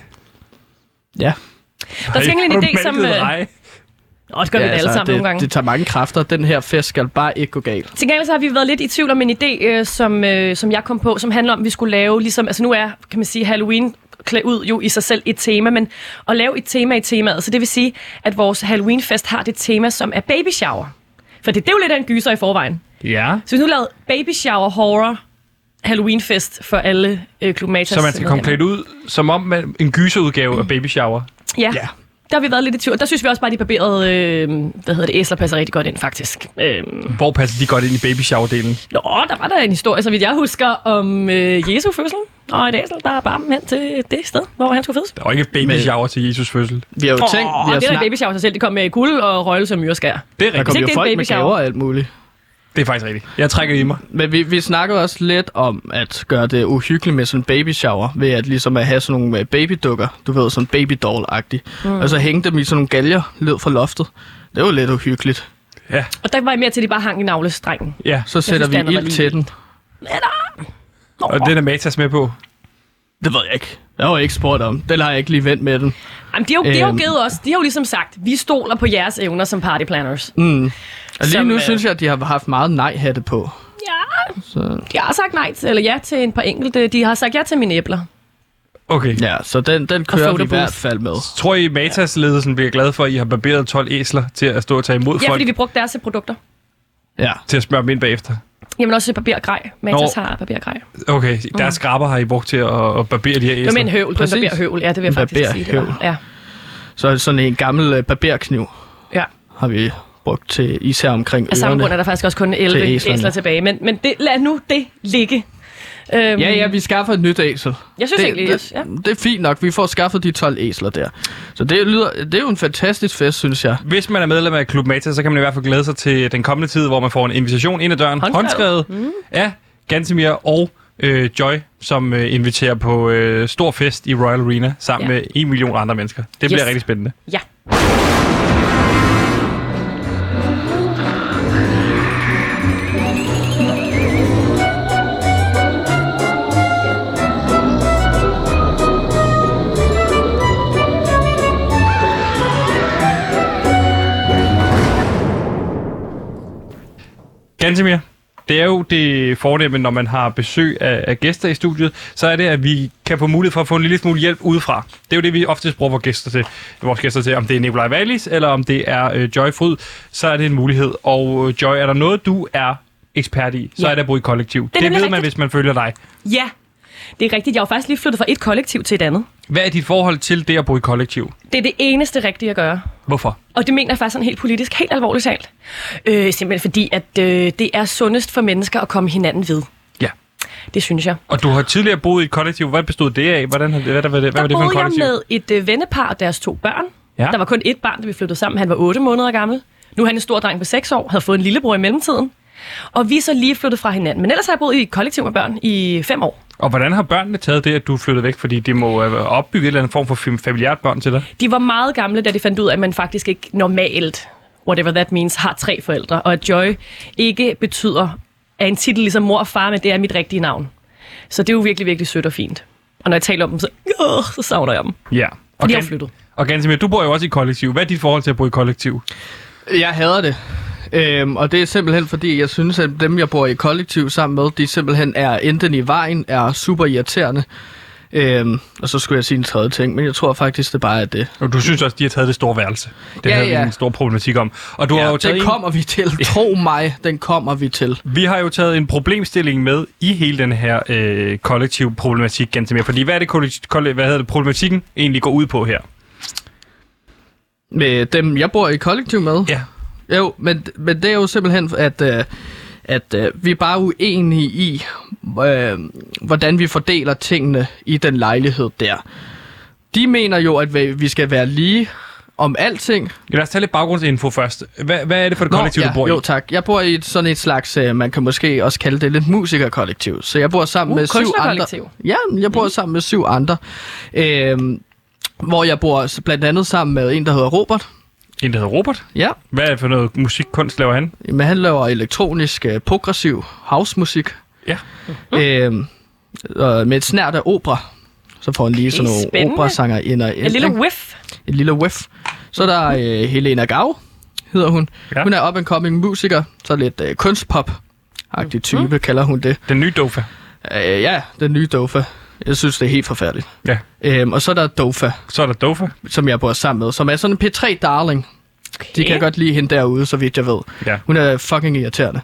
Ja. Der er en idé, som... Øh... Åh, det gør ja, vi det alle altså, sammen det, nogle gange. Det tager mange kræfter. Den her fest skal bare ikke gå galt. Til gengæld så har vi været lidt i tvivl om en idé, øh, som, øh, som jeg kom på, som handler om, at vi skulle lave, ligesom, altså nu er, kan man sige, Halloween klædt ud jo i sig selv et tema, men at lave et tema i temaet. Så det vil sige, at vores Halloween-fest har det tema, som er baby shower. For det, det er jo lidt af en gyser i forvejen. Ja. Så vi nu lavede baby shower horror Halloween-fest for alle øh, klubmatas. Så man skal komme klædt ud, som om man, en gyserudgave af baby shower? Ja. ja. Der har vi været lidt i tvivl. Der synes vi også bare, at de barberede, øh, hvad hedder det, æsler passer rigtig godt ind, faktisk. Øh. Hvor passer de godt ind i baby shower-delen? Nå, der var der en historie, så vidt jeg husker, om øh, Jesu fødsel. Og et æsel, der er bare hen til det sted, hvor han skulle fødes. Der var ikke baby shower til Jesus fødsel. Vi har jo tænkt... Oh, vi har det er snak... baby shower sig selv. Det kom med guld og røgelse og myreskær. Det er rigtigt. Der kom jo folk med gaver og alt muligt. Det er faktisk rigtigt. Jeg trækker i mig. Men vi, vi snakkede også lidt om at gøre det uhyggeligt med sådan en baby shower, ved at ligesom at have sådan nogle babydukker, du ved, sådan baby doll-agtigt, mm. og så hænge dem i sådan nogle galger led fra loftet. Det var lidt uhyggeligt. Ja. Og der var jeg mere til, at de bare hang i navlestrengen. Ja. Så sætter synes, vi ild til den. Og den er Matas med på. Det ved jeg ikke. Jeg har ikke spurgt om. Den har jeg ikke lige vendt med den. Jamen, de har, æm... de har jo givet os, de har jo ligesom sagt, vi stoler på jeres evner som partyplanners. Mm. Og lige som, nu øh... synes jeg, at de har haft meget nej-hatte på. Ja, så... jeg har sagt nej til, eller ja til en par enkelte. De har sagt ja til mine æbler. Okay. Ja, så den, den kører vi i hvert fald med. Tror I, Matas-ledelsen bliver glad for, at I har barberet tolv æsler til at stå og tage imod ja, folk? Ja, fordi vi brugte deres produkter. Ja. Til at smøre dem ind bagefter. Jamen også barbergrej. Matas Nå. har barbergrej. Okay, deres mm. skraber har I brugt til at, at barbere de her æsler? Det er med en høvl. Du barberer høvl. Ja, det vil jeg faktisk sige. Det var. Ja. Så sådan en gammel uh, barberkniv ja. har vi brugt til især omkring ørerne. Af samme grund er der faktisk også kun elleve æsler tilbage. Men, men det, lad nu det ligge. Øhm, ja, ja, vi skaffer et nyt æsel. Jeg synes det, egentlig, det, ja. det er fint nok. Vi får skaffet de tolv æsler der. Så det, lyder, det er jo en fantastisk fest, synes jeg. Hvis man er medlem af Klub Matas, så kan man i hvert fald glæde sig til den kommende tid, hvor man får en invitation ind ad døren. Håndskrevet. Håndskrevet mm. af Gantemir og øh, Joy, som øh, inviterer på øh, stor fest i Royal Arena sammen ja. med en million andre mennesker. Det yes. bliver rigtig spændende. Ja. Gantemir, det er jo det fornemme, når man har besøg af, af gæster i studiet, så er det, at vi kan få mulighed for at få en lille smule hjælp udefra. Det er jo det, vi oftest bruger vores gæster til. Vores gæster til, om det er Nikolaj Wallis, eller om det er øh, Joy Fryd, så er det en mulighed. Og øh, Joy, er der noget, du er ekspert i, så ja. er det at bo i kollektiv. Det, det ved man, rigtigt. Hvis man følger dig. Ja, det er rigtigt. Jeg har faktisk lige flyttet fra et kollektiv til et andet. Hvad er dit forhold til det at bo i kollektiv? Det er det eneste rigtige at gøre. Hvorfor? Og det mener jeg faktisk sådan helt politisk, helt alvorligt talt. Øh, simpelthen fordi, at øh, det er sundest for mennesker at komme hinanden ved. Ja. Det synes jeg. Og du har tidligere boet i et kollektiv. Hvad bestod det af? Hvordan, hvad, hvad, hvad, hvad, hvad var det for en kollektiv? Der boede jeg med et øh, vennepar og deres to børn. Ja. Der var kun ét barn, da vi flyttede sammen. Han var otte måneder gammel. Nu er han en stor dreng på seks år, havde fået en lillebror i mellemtiden. Og vi er så lige flyttet fra hinanden. Men ellers har jeg boet i et kollektiv med børn i fem år. Og hvordan har børnene taget det, at du flyttede væk? Fordi det må opbygge en eller anden form for familiært bånd til dig. De var meget gamle, da de fandt ud af, at man faktisk ikke normalt, whatever that means, har tre forældre. Og at Joy ikke betyder, at en titel ligesom mor og far, men det er mit rigtige navn. Så det er jo virkelig, virkelig sødt og fint. Og når jeg taler om dem, så, øh, så savner jeg dem. Ja. Og de har flyttet. Og Gantemir, du bor jo også i kollektiv. Hvad er dit forhold til at bo i kollektiv? Jeg hader det. Øhm, og det er simpelthen fordi, jeg synes, at dem, jeg bor i kollektiv sammen med, de simpelthen er enten i vejen, er super irriterende. Øhm, og så skulle jeg sige en tredje ting, men jeg tror faktisk, det bare er det. Og du synes også, de har taget det store værelse. Det ja, havde ja. vi en stor problematik om. Og du ja, har jo taget den en... kommer vi til. Tro mig, den kommer vi til. Vi har jo taget en problemstilling med i hele den her øh, kollektiv problematik, Gantemir. Fordi hvad er det, kollektiv, hvad hedder det, problematikken egentlig går ud på her? Med dem, jeg bor i kollektiv med? Ja. Jo, men, men det er jo simpelthen, at, øh, at øh, vi er bare uenige i, øh, hvordan vi fordeler tingene i den lejlighed der. De mener jo, at vi skal være lige om alting. Ja, lad os tage lidt baggrundsinfo først. Hvad, hvad er det for et kollektiv, Nå, ja, du bor i? Jo, tak. Jeg bor i et, sådan et slags, øh, man kan måske også kalde det lidt musikerkollektiv. Så jeg bor sammen uh, med syv andre. Ja, jeg bor mm. sammen med syv andre. Øh, hvor jeg bor blandt andet sammen med en, der hedder Robert. En, der hedder Robert? Ja. Hvad er det for noget musikkunst, laver han? Jamen, han laver elektronisk, uh, progressiv housemusik. Ja. Uh-huh. Øh, uh, med et snært af opera. Så får han lige sådan nogle operasanger ind og ind. Et lille whiff. Et lille whiff. Så er der uh, Helena Gau, hedder hun. Ja. Hun er up-and-coming musiker. Så lidt uh, kunstpop-agtig type, mm. kalder hun det. Den nye Dofa? Uh, ja, den nye Dofa. Jeg synes, det er helt forfærdeligt. Ja. Øhm, og så er der Dofa. Så er der Dofa? Som jeg bor sammen med, som er sådan en P tre darling. Okay. De kan godt lide hende derude, så vidt jeg ved. Ja. Hun er fucking irriterende.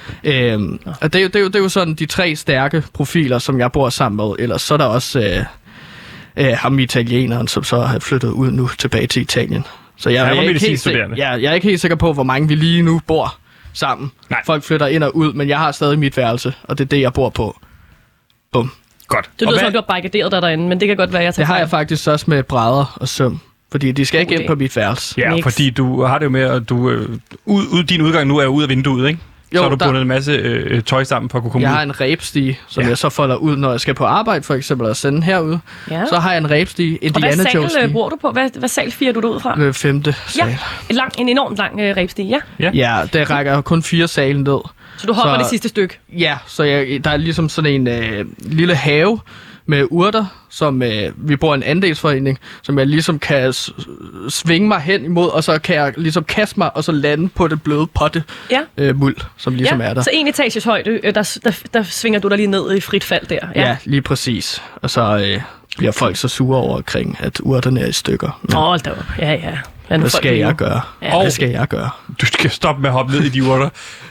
Øhm, og det er, jo, det, er jo, det er jo sådan de tre stærke profiler, som jeg bor sammen med. Ellers så er der også øh, øh, ham italieneren, som så har flyttet ud nu tilbage til Italien. Så jeg, jeg, er, ikke helt sikker, ja, jeg er ikke helt sikker på, hvor mange vi lige nu bor sammen. Nej. Folk flytter ind og ud, men jeg har stadig mit værelse, og det er det, jeg bor på. Bum. Godt. Det lyder som, du har barrikaderet dig derinde, men det kan godt være, jeg tager Det har jeg faktisk også med brædder og søm. Fordi de skal ikke okay. ind på mit værelse. Ja, Mix. Fordi du har det jo med, at du, øh, ud, ud, din udgang nu er ud af vinduet, ikke? Jo, så har du bundet der... en masse øh, tøj sammen for at kunne komme jeg ud. Jeg har en ræbstige, som ja. jeg så folder ud, når jeg skal på arbejde, for eksempel, og sende herude. Ja. Så har jeg en ræbstige, Indiana Jones. Og hvad sal bruger du på? Hvad, hvad sal firer du ud fra? Øh, femte sal. Ja, en, lang, en enormt lang øh, ræbstige, ja. ja. Ja, det rækker kun fire salen ned. Så du hopper så, det sidste stykke? Ja, så jeg, der er ligesom sådan en øh, lille have med urter, som øh, vi bor i en andelsforening, som jeg ligesom kan s- svinge mig hen imod, og så kan jeg ligesom kaste mig, og så lande på det bløde potte ja. øh, muld, som ligesom ja. er der. Så en etages højde, øh, der, der, der svinger du dig lige ned i frit fald der. Ja, ja lige præcis. Og så øh, bliver folk så sure over omkring, at urterne er i stykker. Åh, hold da op. Ja, ja. Hvad, Hvad skal jeg gøre? Ja. Hvad skal jeg gøre? Du skal stoppe med at hoppe ned i de urter.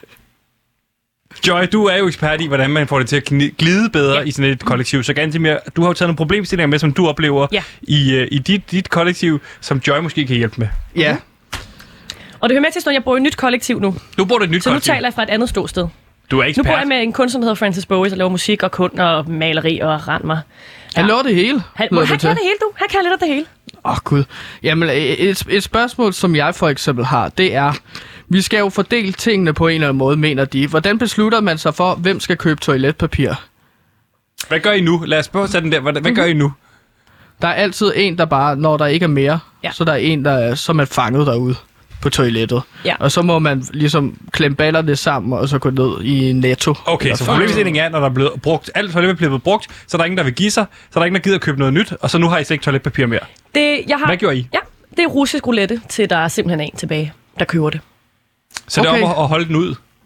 Joy, du er jo ekspert i, hvordan man får det til at glide bedre ja. i sådan et kollektiv. Så Gantemir, du har jo taget nogle problemstillinger med, som du oplever ja. i, uh, i dit, dit kollektiv, som Joy måske kan hjælpe med. Ja. Og det hører med til, at jeg bor i et nyt kollektiv nu. Du bor i et nyt så kollektiv? Så nu taler jeg fra et andet ståsted. Du er ekspert? Nu bor jeg med en kunstner, der hedder Francis Bowie, der laver musik og kun og maleri og rend mig. Ja. Han laver det hele. Han, han kan det hele, du. Han kan lidt af det hele. Åh, oh, gud. Jamen, et, et spørgsmål, som jeg for eksempel har, det er... Vi skal jo fordele tingene på en eller anden måde, mener de. Hvordan beslutter man sig for, hvem skal købe toiletpapir? Hvad gør I nu? Lad os prøve at sætte den der. Hvad, hvad mm-hmm. gør I nu? Der er altid en, der bare, når der ikke er mere, ja. så der er en, der som er fanget derude på toilettet. Ja. Og så må man ligesom klemme ballerne sammen, og så gå ned i Netto. Okay, så problemstillingen er, når der er blevet brugt, alt toiletpapir er blevet brugt, så er der ingen, der vil give sig, så er der ingen, der gider at købe noget nyt, og så nu har I slet ikke toiletpapir mere. Det, jeg har, Hvad gjorde I? Ja, det er russisk roulette, til der er simpelthen en tilbage, der køber det. Så okay. det er om at holde den ud?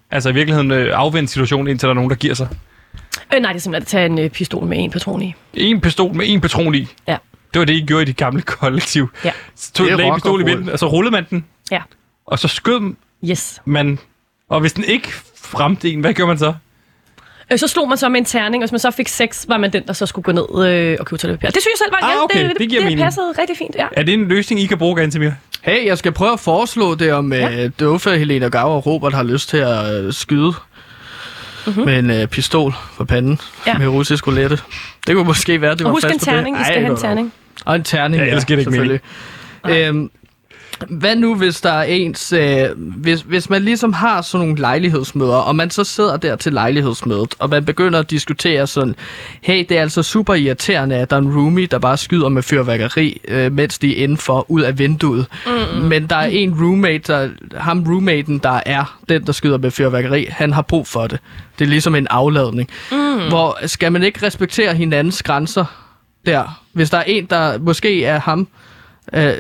Altså i virkeligheden øh, afvente situationen, indtil der er nogen, der giver sig? Øh, nej, det er simpelthen at tage en øh, pistol med en patron i. En pistol med en patron i? Ja. Det var det, I gjorde i dit gamle kollektiv? Ja. Så tog en pistol i vinden, og så rullede man den? Ja. Og så skød Yes. man... Og hvis den ikke ramte en, hvad gjorde man så? Øh, så slog man så med en terning, og hvis man så fik seks, var man den, der så skulle gå ned øh, og købe toiletpapir. Det synes jeg selv var, Ah, ja, okay. det, Det det, giver det mening. passede rigtig fint, ja. Er det en løsning, I kan bruge, Gantemir? Hey, jeg skal prøve at foreslå det, om ja. uh, Dofa, Helena Gav og Robert har lyst til at uh, skyde mm-hmm. med en uh, pistol for panden Ja. med russisk roulette. Det kunne måske være, det Og var husk fast en på terning, det. vi skal Ej, have en hvor- terning. Og en terning, Jeg ja, elsker det ikke selvfølgelig. Øhm, hvad nu, hvis der er ens... Øh, hvis, hvis man ligesom har sådan nogle lejlighedsmøder, og man så sidder der til lejlighedsmødet, og man begynder at diskutere sådan, hey, det er altså super irriterende, at der er en roomie, der bare skyder med fyrværkeri, øh, mens de er indenfor, ud af vinduet. Mm. Men der er en roommate, der, ham roommaten, der er den, der skyder med fyrværkeri, han har brug for det. Det er ligesom en afladning. Mm. Hvor skal man ikke respektere hinandens grænser der? Hvis der er en, der måske er ham... Øh, øh,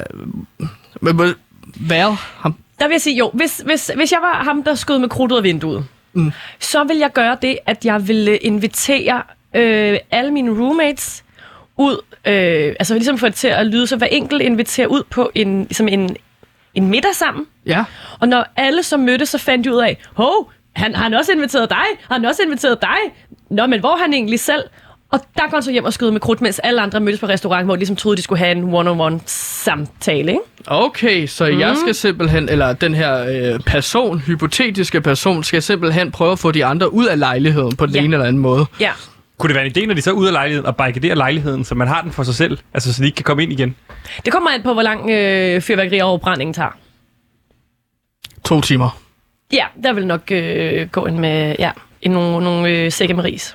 øh, hvad? Ham? Der vil jeg sige, jo, hvis, hvis, hvis jeg var ham, der skød med krudt ud af vinduet, mm. så vil jeg gøre det, at jeg ville invitere øh, alle mine roommates ud, øh, altså ligesom få det til at lyde, så hver enkelt inviterer ud på en, ligesom en, en middag sammen. Ja. Og når alle så mødtes, så fandt de ud af, hov, han har han også inviteret dig, har han også inviteret dig? Nå, men hvor er han egentlig selv? Og der går han så hjem og skyder med krudt, mens alle andre mødtes på restaurant, hvor de ligesom troede, de skulle have en one-on-one samtale, ikke? Okay, så mm. jeg skal simpelthen, eller den her øh, person, hypotetiske person, skal simpelthen prøve at få de andre ud af lejligheden på den Ja. ene eller anden måde. Ja. Kunne det være en idé, når de så er ude af lejligheden, og barrikadere lejligheden, så man har den for sig selv? Altså, så de ikke kan komme ind igen? Det kommer an på, hvor lang øh, fyrværkerioverbrændingen tager. To timer. Ja, der vil nok øh, gå ind med ja, en, nogle, nogle øh, sække med ris.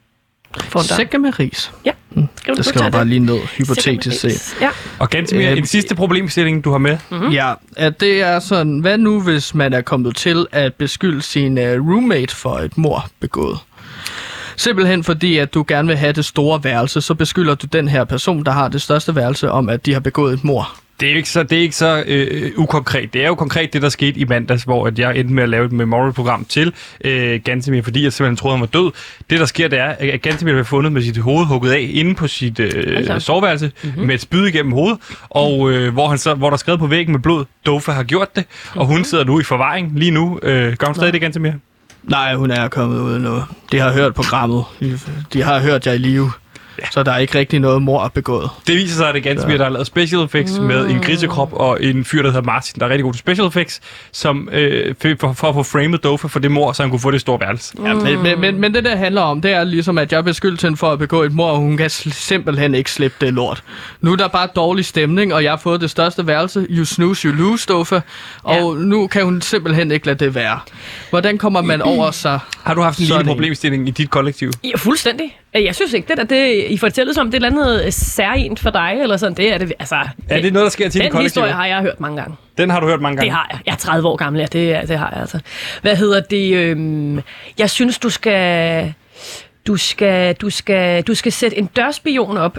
Sække med ris. Ja. Mm. Det skal man bare lige ned, hypotetisk set. Ja. Og Gantemir, Øhm, en sidste problemstilling, du har med? Mm-hmm. Ja, at det er sådan, hvad nu hvis man er kommet til at beskylde sin uh, roommate for et mord begået? Simpelthen fordi, at du gerne vil have det store værelse, så beskylder du den her person, der har det største værelse, om at de har begået et mord. Det er ikke så, det er ikke så øh, ukonkret. Det er jo konkret det, der skete i mandags, hvor at jeg endte med at lave et memorial-program til øh, Gantemir, fordi jeg simpelthen troede, han var død. Det, der sker, det er, at Gantemir blev fundet med sit hoved hugget af inde på sit øh, altså. soveværelse, mm-hmm. med et spyd igennem hovedet, og øh, hvor, han så, hvor der er skrevet på væggen med blod, Dofa har gjort det, mm-hmm. og hun sidder nu i forvaring lige nu. Øh, gør hun stadig det, Gantemir? Nej, hun er kommet ud nu. De har hørt programmet. De har hørt jer i live. Ja. Så der er ikke rigtig noget mord begået. Det viser sig, at det er Gantemir, der har lavet special effects mm. med en grisekrop og en fyr, der hedder Martin, der er rigtig god til special effects, som øh, for, for at få framed Dofa for det mord, så han kunne få det store værelse. Mm. Ja, men, men, men, men det, der handler om, det er ligesom, at jeg er beskyldt hende for at begå et mord, og hun kan simpelthen ikke slippe det lort. Nu er der bare dårlig stemning, og jeg har fået det største værelse. You snooze, you lose, Dofa. Og ja. Nu kan hun simpelthen ikke lade det være. Hvordan kommer man over sig? Har du haft en lille problemstilling i dit kollektiv? Ja, fuldstændig. Jeg synes ikke, det der, det, I fortæller som, det er et eller andet særligt for dig, eller sådan, det er det, altså... Er det noget, der sker til dit kollektiv? Den historie har jeg hørt mange gange. Den har du hørt mange gange? Det har jeg. Jeg er tredive år gammel, ja, det, det har jeg altså. Hvad hedder det? Øhm, jeg synes, du skal... Du skal, du skal, du skal sætte en dørspion op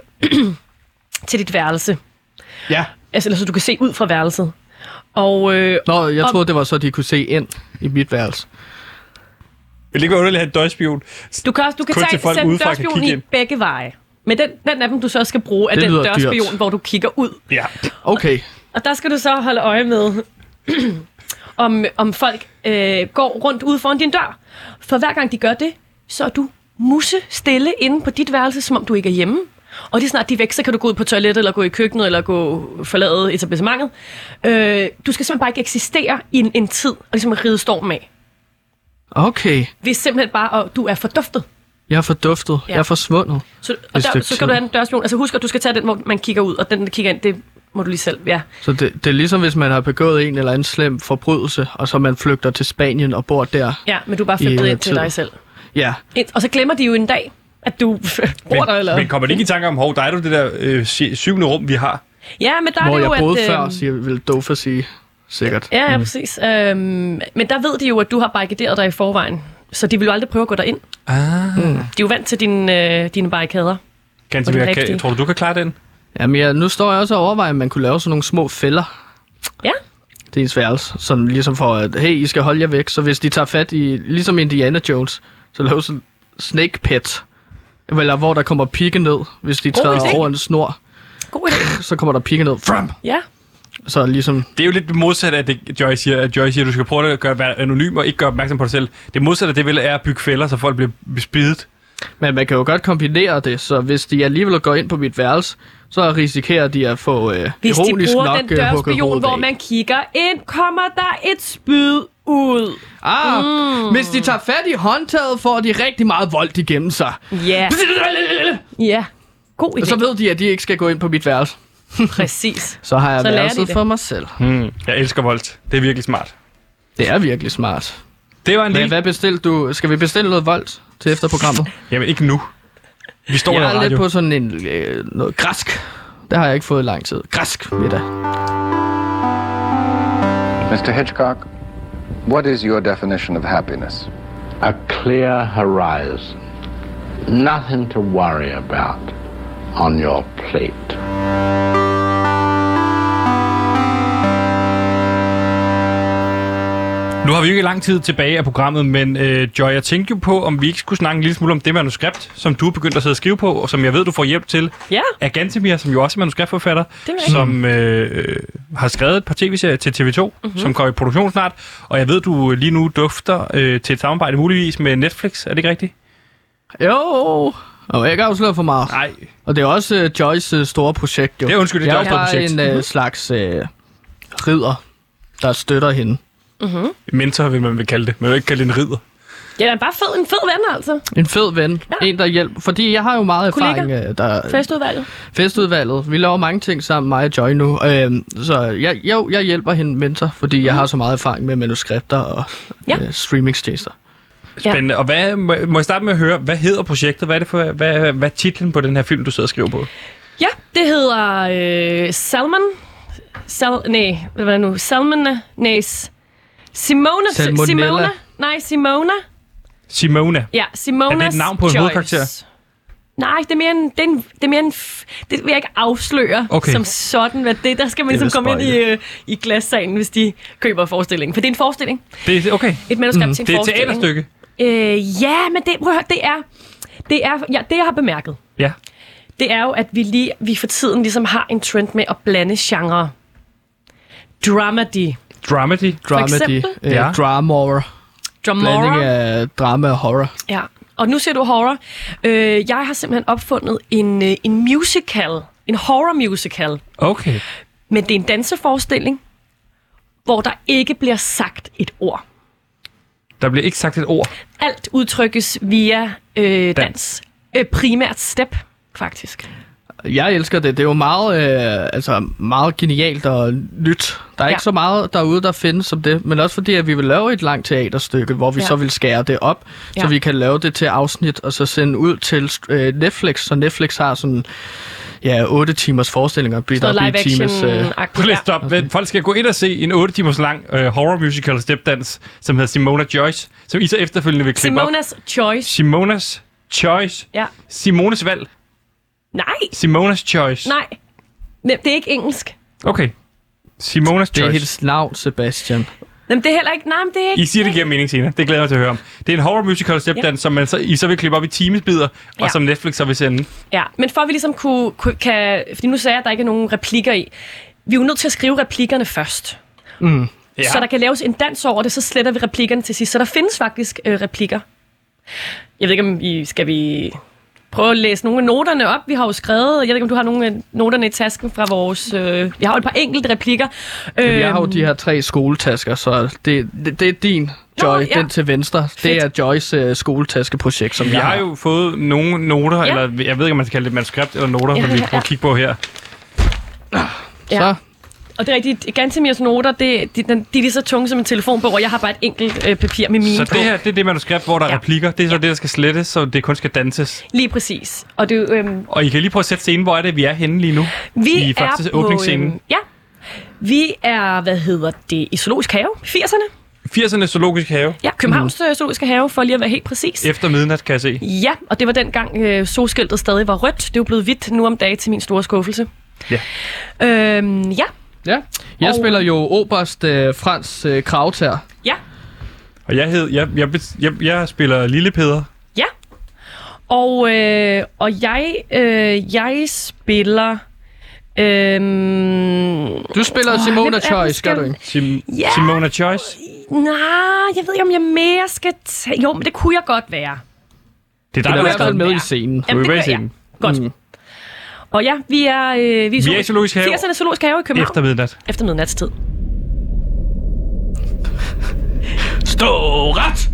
til dit værelse. Ja. Altså, så du kan se ud fra værelset. Og, øh, Nå, jeg og, troede, det var så, de kunne se ind i mit værelse. Vil det ikke være underligt at have en dørspion? Du kan også du kan tage, sætte en dørspion i begge veje. Men den, den af dem, du så skal bruge, er det den dørspion, dyrt. hvor du kigger ud. Ja. Okay. Og der skal du så holde øje med, om, om folk øh, går rundt ude foran din dør. For hver gang de gør det, så er du musse stille inde på dit værelse, som om du ikke er hjemme. Og lige snart de er væk, så kan du gå ud på toilettet, eller gå i køkkenet, eller gå forlade etablissementet. Øh, du skal simpelthen bare ikke eksistere i en, en tid, og ligesom ride stormen af. Okay. Hvis simpelthen bare, og du er forduftet. Jeg er forduftet. Ja. Jeg er forsvundet. Så, og der, så skal du have en dørspion. Altså husk, at du skal tage den, hvor man kigger ud, og den, der kigger ind, det må du lige selv, ja. Så det, det er ligesom, hvis man har begået en eller anden slem forbrydelse, og så man flygter til Spanien og bor der. Ja, men du er bare flygtet ind til dig selv. Ja. Og så glemmer de jo en dag, at du bor der, eller... Men kommer det ikke i tanke om, hov, der er du det der øh, syvende rum, vi har? Ja, men der hvor er det jo, jeg boede at, før, øh, siger, vil Dofa sige. Sikkert. Ja, ja, mm. præcis. Øhm, men der ved de jo, at du har barrikaderet dig i forvejen. Så de vil jo aldrig prøve at gå derind. Ah. Mm. De er jo vant til dine, øh, dine barrikader. Gantemir, kan, tror du, du kan klare den? Jamen, ja, nu står jeg også og overvejer, om man kunne lave sådan nogle små fælder. Ja. Det er ens værelse. Sådan ligesom for, at hey, I skal holde jer væk. Så hvis de tager fat i, ligesom Indiana Jones, så laver sådan snake pit. Eller hvor der kommer pigge ned, hvis de træder idé. over en snor. God idé. Så kommer der pigge ned. Frem! Ja. Så ligesom... Det er jo lidt modsat af det, Joy siger. At Joy siger, at du skal prøve at gøre, være anonym og ikke gøre opmærksom på dig selv. Det modsatte af det vil er at bygge fælder, så folk bliver bespidet. Men man kan jo godt kombinere det, så hvis de alligevel går ind på mit værelse, så risikerer de at få øh, Hvis de ironisk bruger nok den dørspion, hvor af. man kigger ind, kommer der et spyd ud. Ah, mm. Hvis de tager fat i håndtaget, får de rigtig meget vold igennem sig. Ja. Ja. God idé. Så ved de, at de ikke skal gå ind på mit værelse. Præcis. Så har jeg Så lærer de værelset det. for mig selv. Hmm. Jeg elsker Volt. Det er virkelig smart. Det er virkelig smart. Det var en Men lille... hvad bestilte du? Skal vi bestille noget Volt til efter programmet? Jamen ikke nu. Vi står Jeg der er radio. lidt på sådan en, øh, noget græsk. Det har jeg ikke fået i lang tid. Græsk middag. mister Hitchcock, what is your definition of happiness? A clear horizon. Nothing to worry about on your plate. Nu har vi jo ikke lang tid tilbage af programmet, men øh, Joy, jeg tænkte jo på, om vi ikke skulle snakke en lille smule om det manuskript, som du er begyndt at sidde og skrive på, og som jeg ved, du får hjælp til Ja. af Gantemir, som jo også er manuskriptforfatter, Det er som øh, har skrevet et par tv-serier til T V to, mm-hmm. som går i produktion snart, og jeg ved, du lige nu dufter øh, til et samarbejde muligvis med Netflix. Er det ikke rigtigt? Jo, og jeg kan afsløre for meget. Nej. Og det er også uh, Joyce uh, store projekt, jo. Det er undskyld, det er jeg Joyce store har projekt. en uh, slags uh, ridder, der støtter hende. Mentor vil man vil kalde det. Man vil ikke kalde det en ridder. Ja, den er bare fed, en fed ven, altså. En fed ven. Ja. En, der hjælper. Fordi jeg har jo meget Kollega. erfaring. Uh, der, Festudvalget. Festudvalget. Vi laver mange ting sammen, mig og Joy nu. Øhm, så jeg, jo, jeg hjælper hende mentor, fordi mm. jeg har så meget erfaring med manuskripter og Ja. øh, streamingstjenester. Spændende. Og hvad, må, må jeg starte med at høre, hvad hedder projektet? Hvad er det for, hvad, hvad er titlen på den her film, du sidder og skriver på? Ja, det hedder øh, Salmon. Sal, nej, hvad var det nu? Salmon, nej, Simona. Salmonella. Simona. Nej, Simona. Simona. Ja, Simonas Er det et navn på en Choice. hovedkarakter? Nej, det er mere en, det er en, det er mere en f- det vil jeg ikke afsløre Okay. som sådan, hvad det der skal man Det ligesom vil komme ind i, øh, i glassalen, hvis de køber forestillingen. For det er en forestilling. Det er okay. Et manuskript mm, til en Det er et forestilling. teaterstykke. Øh, ja, men det, prøv at høre, det er, det er, ja, det jeg har bemærket, Ja. det er jo, at vi lige, vi for tiden ligesom har en trend med at blande genre. Dramedy. Dramedy. Dramedy. eksempel? Øh, Ja. Dramor. Blanding Dramora. af drama og horror. Ja. Og nu ser du horror. Øh, jeg har simpelthen opfundet en, øh, en musical. En horror musical. Okay. Men det er en danseforestilling, hvor der ikke bliver sagt et ord. Der bliver ikke sagt et ord. Alt udtrykkes via øh, dans. Øh, primært step, faktisk. Jeg elsker det. Det er jo meget, øh, altså meget genialt og nyt. Der er Ja. ikke så meget derude, der findes som det. Men også fordi, at vi vil lave et langt teaterstykke, hvor vi Ja. så vil skære det op, ja. så Ja. vi kan lave det til afsnit, og så sende ud til øh, Netflix. Så Netflix har sådan ja, otte timers forestillinger. Blivet Noget op i live times, øh, action Prøv lige at stoppe. Okay. Folk skal gå ind og se en otte timers lang uh, horror musical stepdans, som hedder Simona Joyce, som I så efterfølgende vil klippe op. Simonas Choice. Simonas Choice. Ja. Simones valg. Nej, Simonas Choice. nej. Nej, det er ikke engelsk. Okay. Simonas det er Choice. hendes navn, Sebastian. Jamen, det er heller ikke... Nej, men det er ikke... I siger, det giver mening, Sina. Det glæder jeg mig til at høre om. Det er en horror musical stepdans, ja. som man så, I så vil klippe op i timesbider, Ja. og som Netflix så vil sende. Ja, men for at vi ligesom kunne, kunne kan... Fordi nu sagde jeg, at der ikke er nogen replikker i. Vi er jo nødt til at skrive replikkerne først. Mm. Ja. Så der kan laves en dans over det, så sletter vi replikkerne til sidst. Så der findes faktisk øh, replikker. Jeg ved ikke, om I skal vi prøve at læse nogle af noterne op. Vi har jo skrevet, jeg ved ikke, om du har nogle af noterne i tasken fra vores... Øh, vi har jo et par enkelte replikker. Øh, jeg har jo Øhm, de her tre skoletasker, så det, det, det er din, Joy. Nå, ja. Den til venstre. Det er Joys uh, skoletaskeprojekt, som Vi jeg har jo fået nogle noter, Ja. eller jeg ved ikke, om man skal kalde det manuskript eller noter, Ja, som vi ja, prøver at kigge på her. Ja. Så Og det er rigtigt. Gantemirs noter, det, de, de, de er lige så tunge som en telefonbog, og jeg har bare et enkelt øh, papir med mine Så på. det her, det er det manuskript, hvor der er Ja. replikker. Det er så det, der skal slettes, så det kun skal danses. Lige præcis. Og det, er jo, øhm, Og I kan lige prøve at sætte scenen, hvor er det, vi er henne lige nu? vi I er første på... åbningsscenen. Øhm, ja. Vi er, hvad hedder det, i Zoologisk Have, firserne. firserne Zoologisk Have. Ja, Københavns mm. Zoologiske Have, for lige at være helt præcis. Efter midnat, kan jeg se. Ja, og det var dengang øh, solskiltet stadig var rødt. Det er jo blevet hvidt nu om dagen til min store skuffelse. Ja. Øhm, ja, Ja. Jeg Og- spiller jo oberst øh, Frans øh, Krautær. Ja, Og jeg, hed, jeg, jeg, jeg, jeg spiller Lille Peder. ja. Og, øh, og jeg, øh, jeg spiller... Øhm, Du spiller Åh, Simona hvem er Choice, den, skal du skal- ikke? Sim- Ja. Simona Choice. nej, jeg ved ikke, om jeg mere skal tage... Jo, men det kunne jeg godt være. Det er Du dig, er i der hvert fald skal med være. i scenen. Du er det med i gør jeg. scenen. Godt. Mm. Og ja, vi er, øh, vi er, Vi er i Zoologisk Have. firserne Zoologisk Have i København. Efter midnat. Efter midnatstid. Stå ret!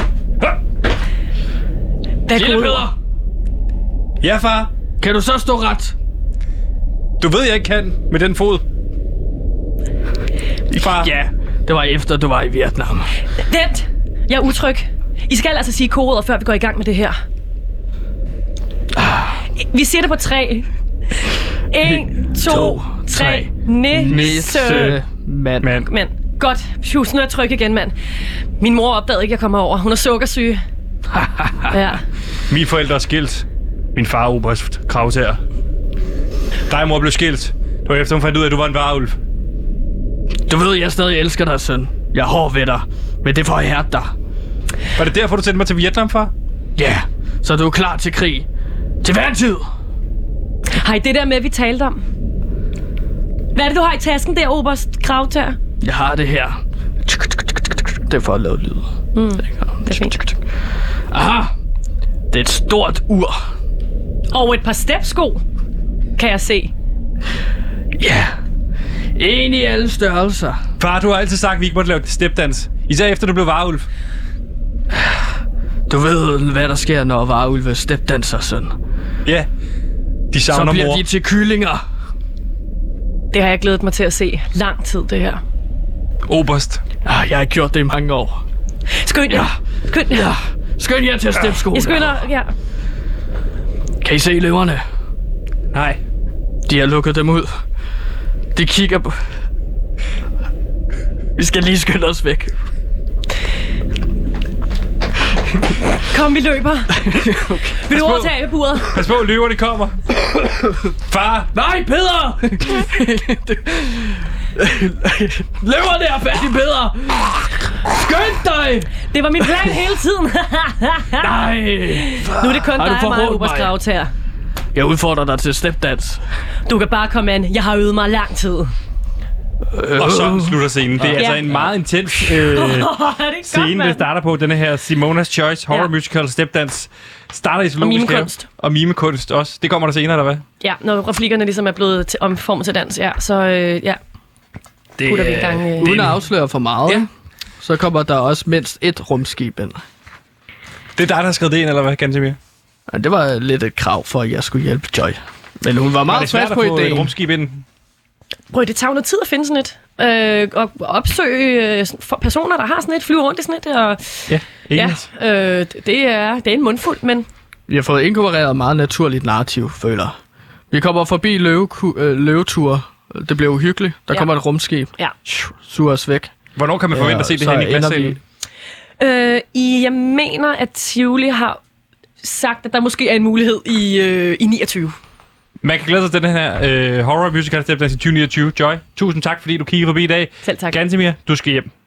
Hvad Lille gode Peder! Ja, far. Kan du så stå ret? Du ved, jeg ikke kan med den fod. Far. Ja, det var efter, du var i Vietnam. Vent! Jeg er utryg. I skal altså sige kodeord, før vi går i gang med det her. Vi siger det på tre. En, to, to, tre. tre. Nisse. Nisse mand. Mand. Men godt. Phew, nu er jeg tryg igen, mand. Min mor opdagede ikke, jeg kommer over. Hun er sukkersyge. Ja. Mine forældre er skilt. Min far er oberst Krautær. Dig og mor blev skilt. Det var efter, hun fandt ud af, at du var en varulv. Du ved, jeg stadig elsker dig, søn. Jeg er hård ved dig, men det får jeg hærte dig. Var det derfor, du sendte mig til Vietnam, far? Ja, så du er klar til krig. Til hver en tid. Hej, det der med, vi talte om. Hvad er det, du har i tasken der, oberst Krautær? Jeg har det her. Det er for at lave lyd. Mm, det er fint. Aha! Det er et stort ur. Og et par stepsko, kan jeg se. Ja. En i alle størrelser. Far, du har altid sagt, at vi ikke måtte lave stepdans. Især efter, du blev varulv. Du ved, hvad der sker, når varulve stepdanser, søn. Ja. De Så savner bliver mor. de til kyllinger. Det har jeg glædet mig til at se. Lang tid, det her. Oberst. Ah, jeg har gjort det i mange år. Skynd jer. Skynd jer. Ja. Skynd jer til stepskolen. Jeg skynder, ja. Kan I se løverne? Nej. De har lukket dem ud. De kigger på... Vi skal lige skynde os væk. Kom, vi løber. Okay. Vil du på. overtage buret? Pas på, løverne kommer. Far. Nej, Peder! Løverne er fat i Peder! Skynd dig! Det var min plan hele tiden. Nej! Nu er det kun Har du dig og mig, forrådt oberst mig? Krautær. Jeg udfordrer dig til stepdans. Du kan bare komme an. Jeg har øvet mig lang tid. Og så slutter scenen. Det er Ja. altså en meget intens øh, Er det ikke scene, godt, det mand? starter på. Denne her Simona's Choice horror Ja. musical stepdans. Starter i Zoologisk Have. mimekunst. Og mimekunst også. Det kommer der senere, eller hvad? Ja, når replikkerne ligesom er blevet til, omformet til dans, ja, så øh, ja, Det, putter vi i gang. Øh. Uden at afsløre for meget, Ja. så kommer der også mindst et rumskib ind. det er dig, der har skrevet det ind, eller hvad, Gantemir? Ja, det var lidt et krav for, at jeg skulle hjælpe Joy. Men hun var Var meget det svært frisk at på få et ideen. rumskib ind? Prøv, det tager noget tid at finde sådan et. Øh, og opsøge øh, for personer, der har sådan et, flyve rundt i sådan et. Og, Ja, ja, enig. øh, det, er, det er en mundfuld, men Vi har fået inkorporeret meget naturligt narrativ, føler jeg. Vi kommer forbi løveku- øh, løveture. Det bliver uhyggeligt. Der Ja. kommer et rumskib. ja. Suger os væk. Hvornår kan man forvente at se det så her i ender glassalen? Øh, i, jeg mener, at Tivoli har sagt, at der måske er en mulighed i, øh, i niogtyve. Man kan glæde sig til den her øh, horror musical stepdance i tyve niogtyve. Joy, tusind tak, fordi du kiggede forbi i dag. Selv tak. Gantemir, du skal hjem.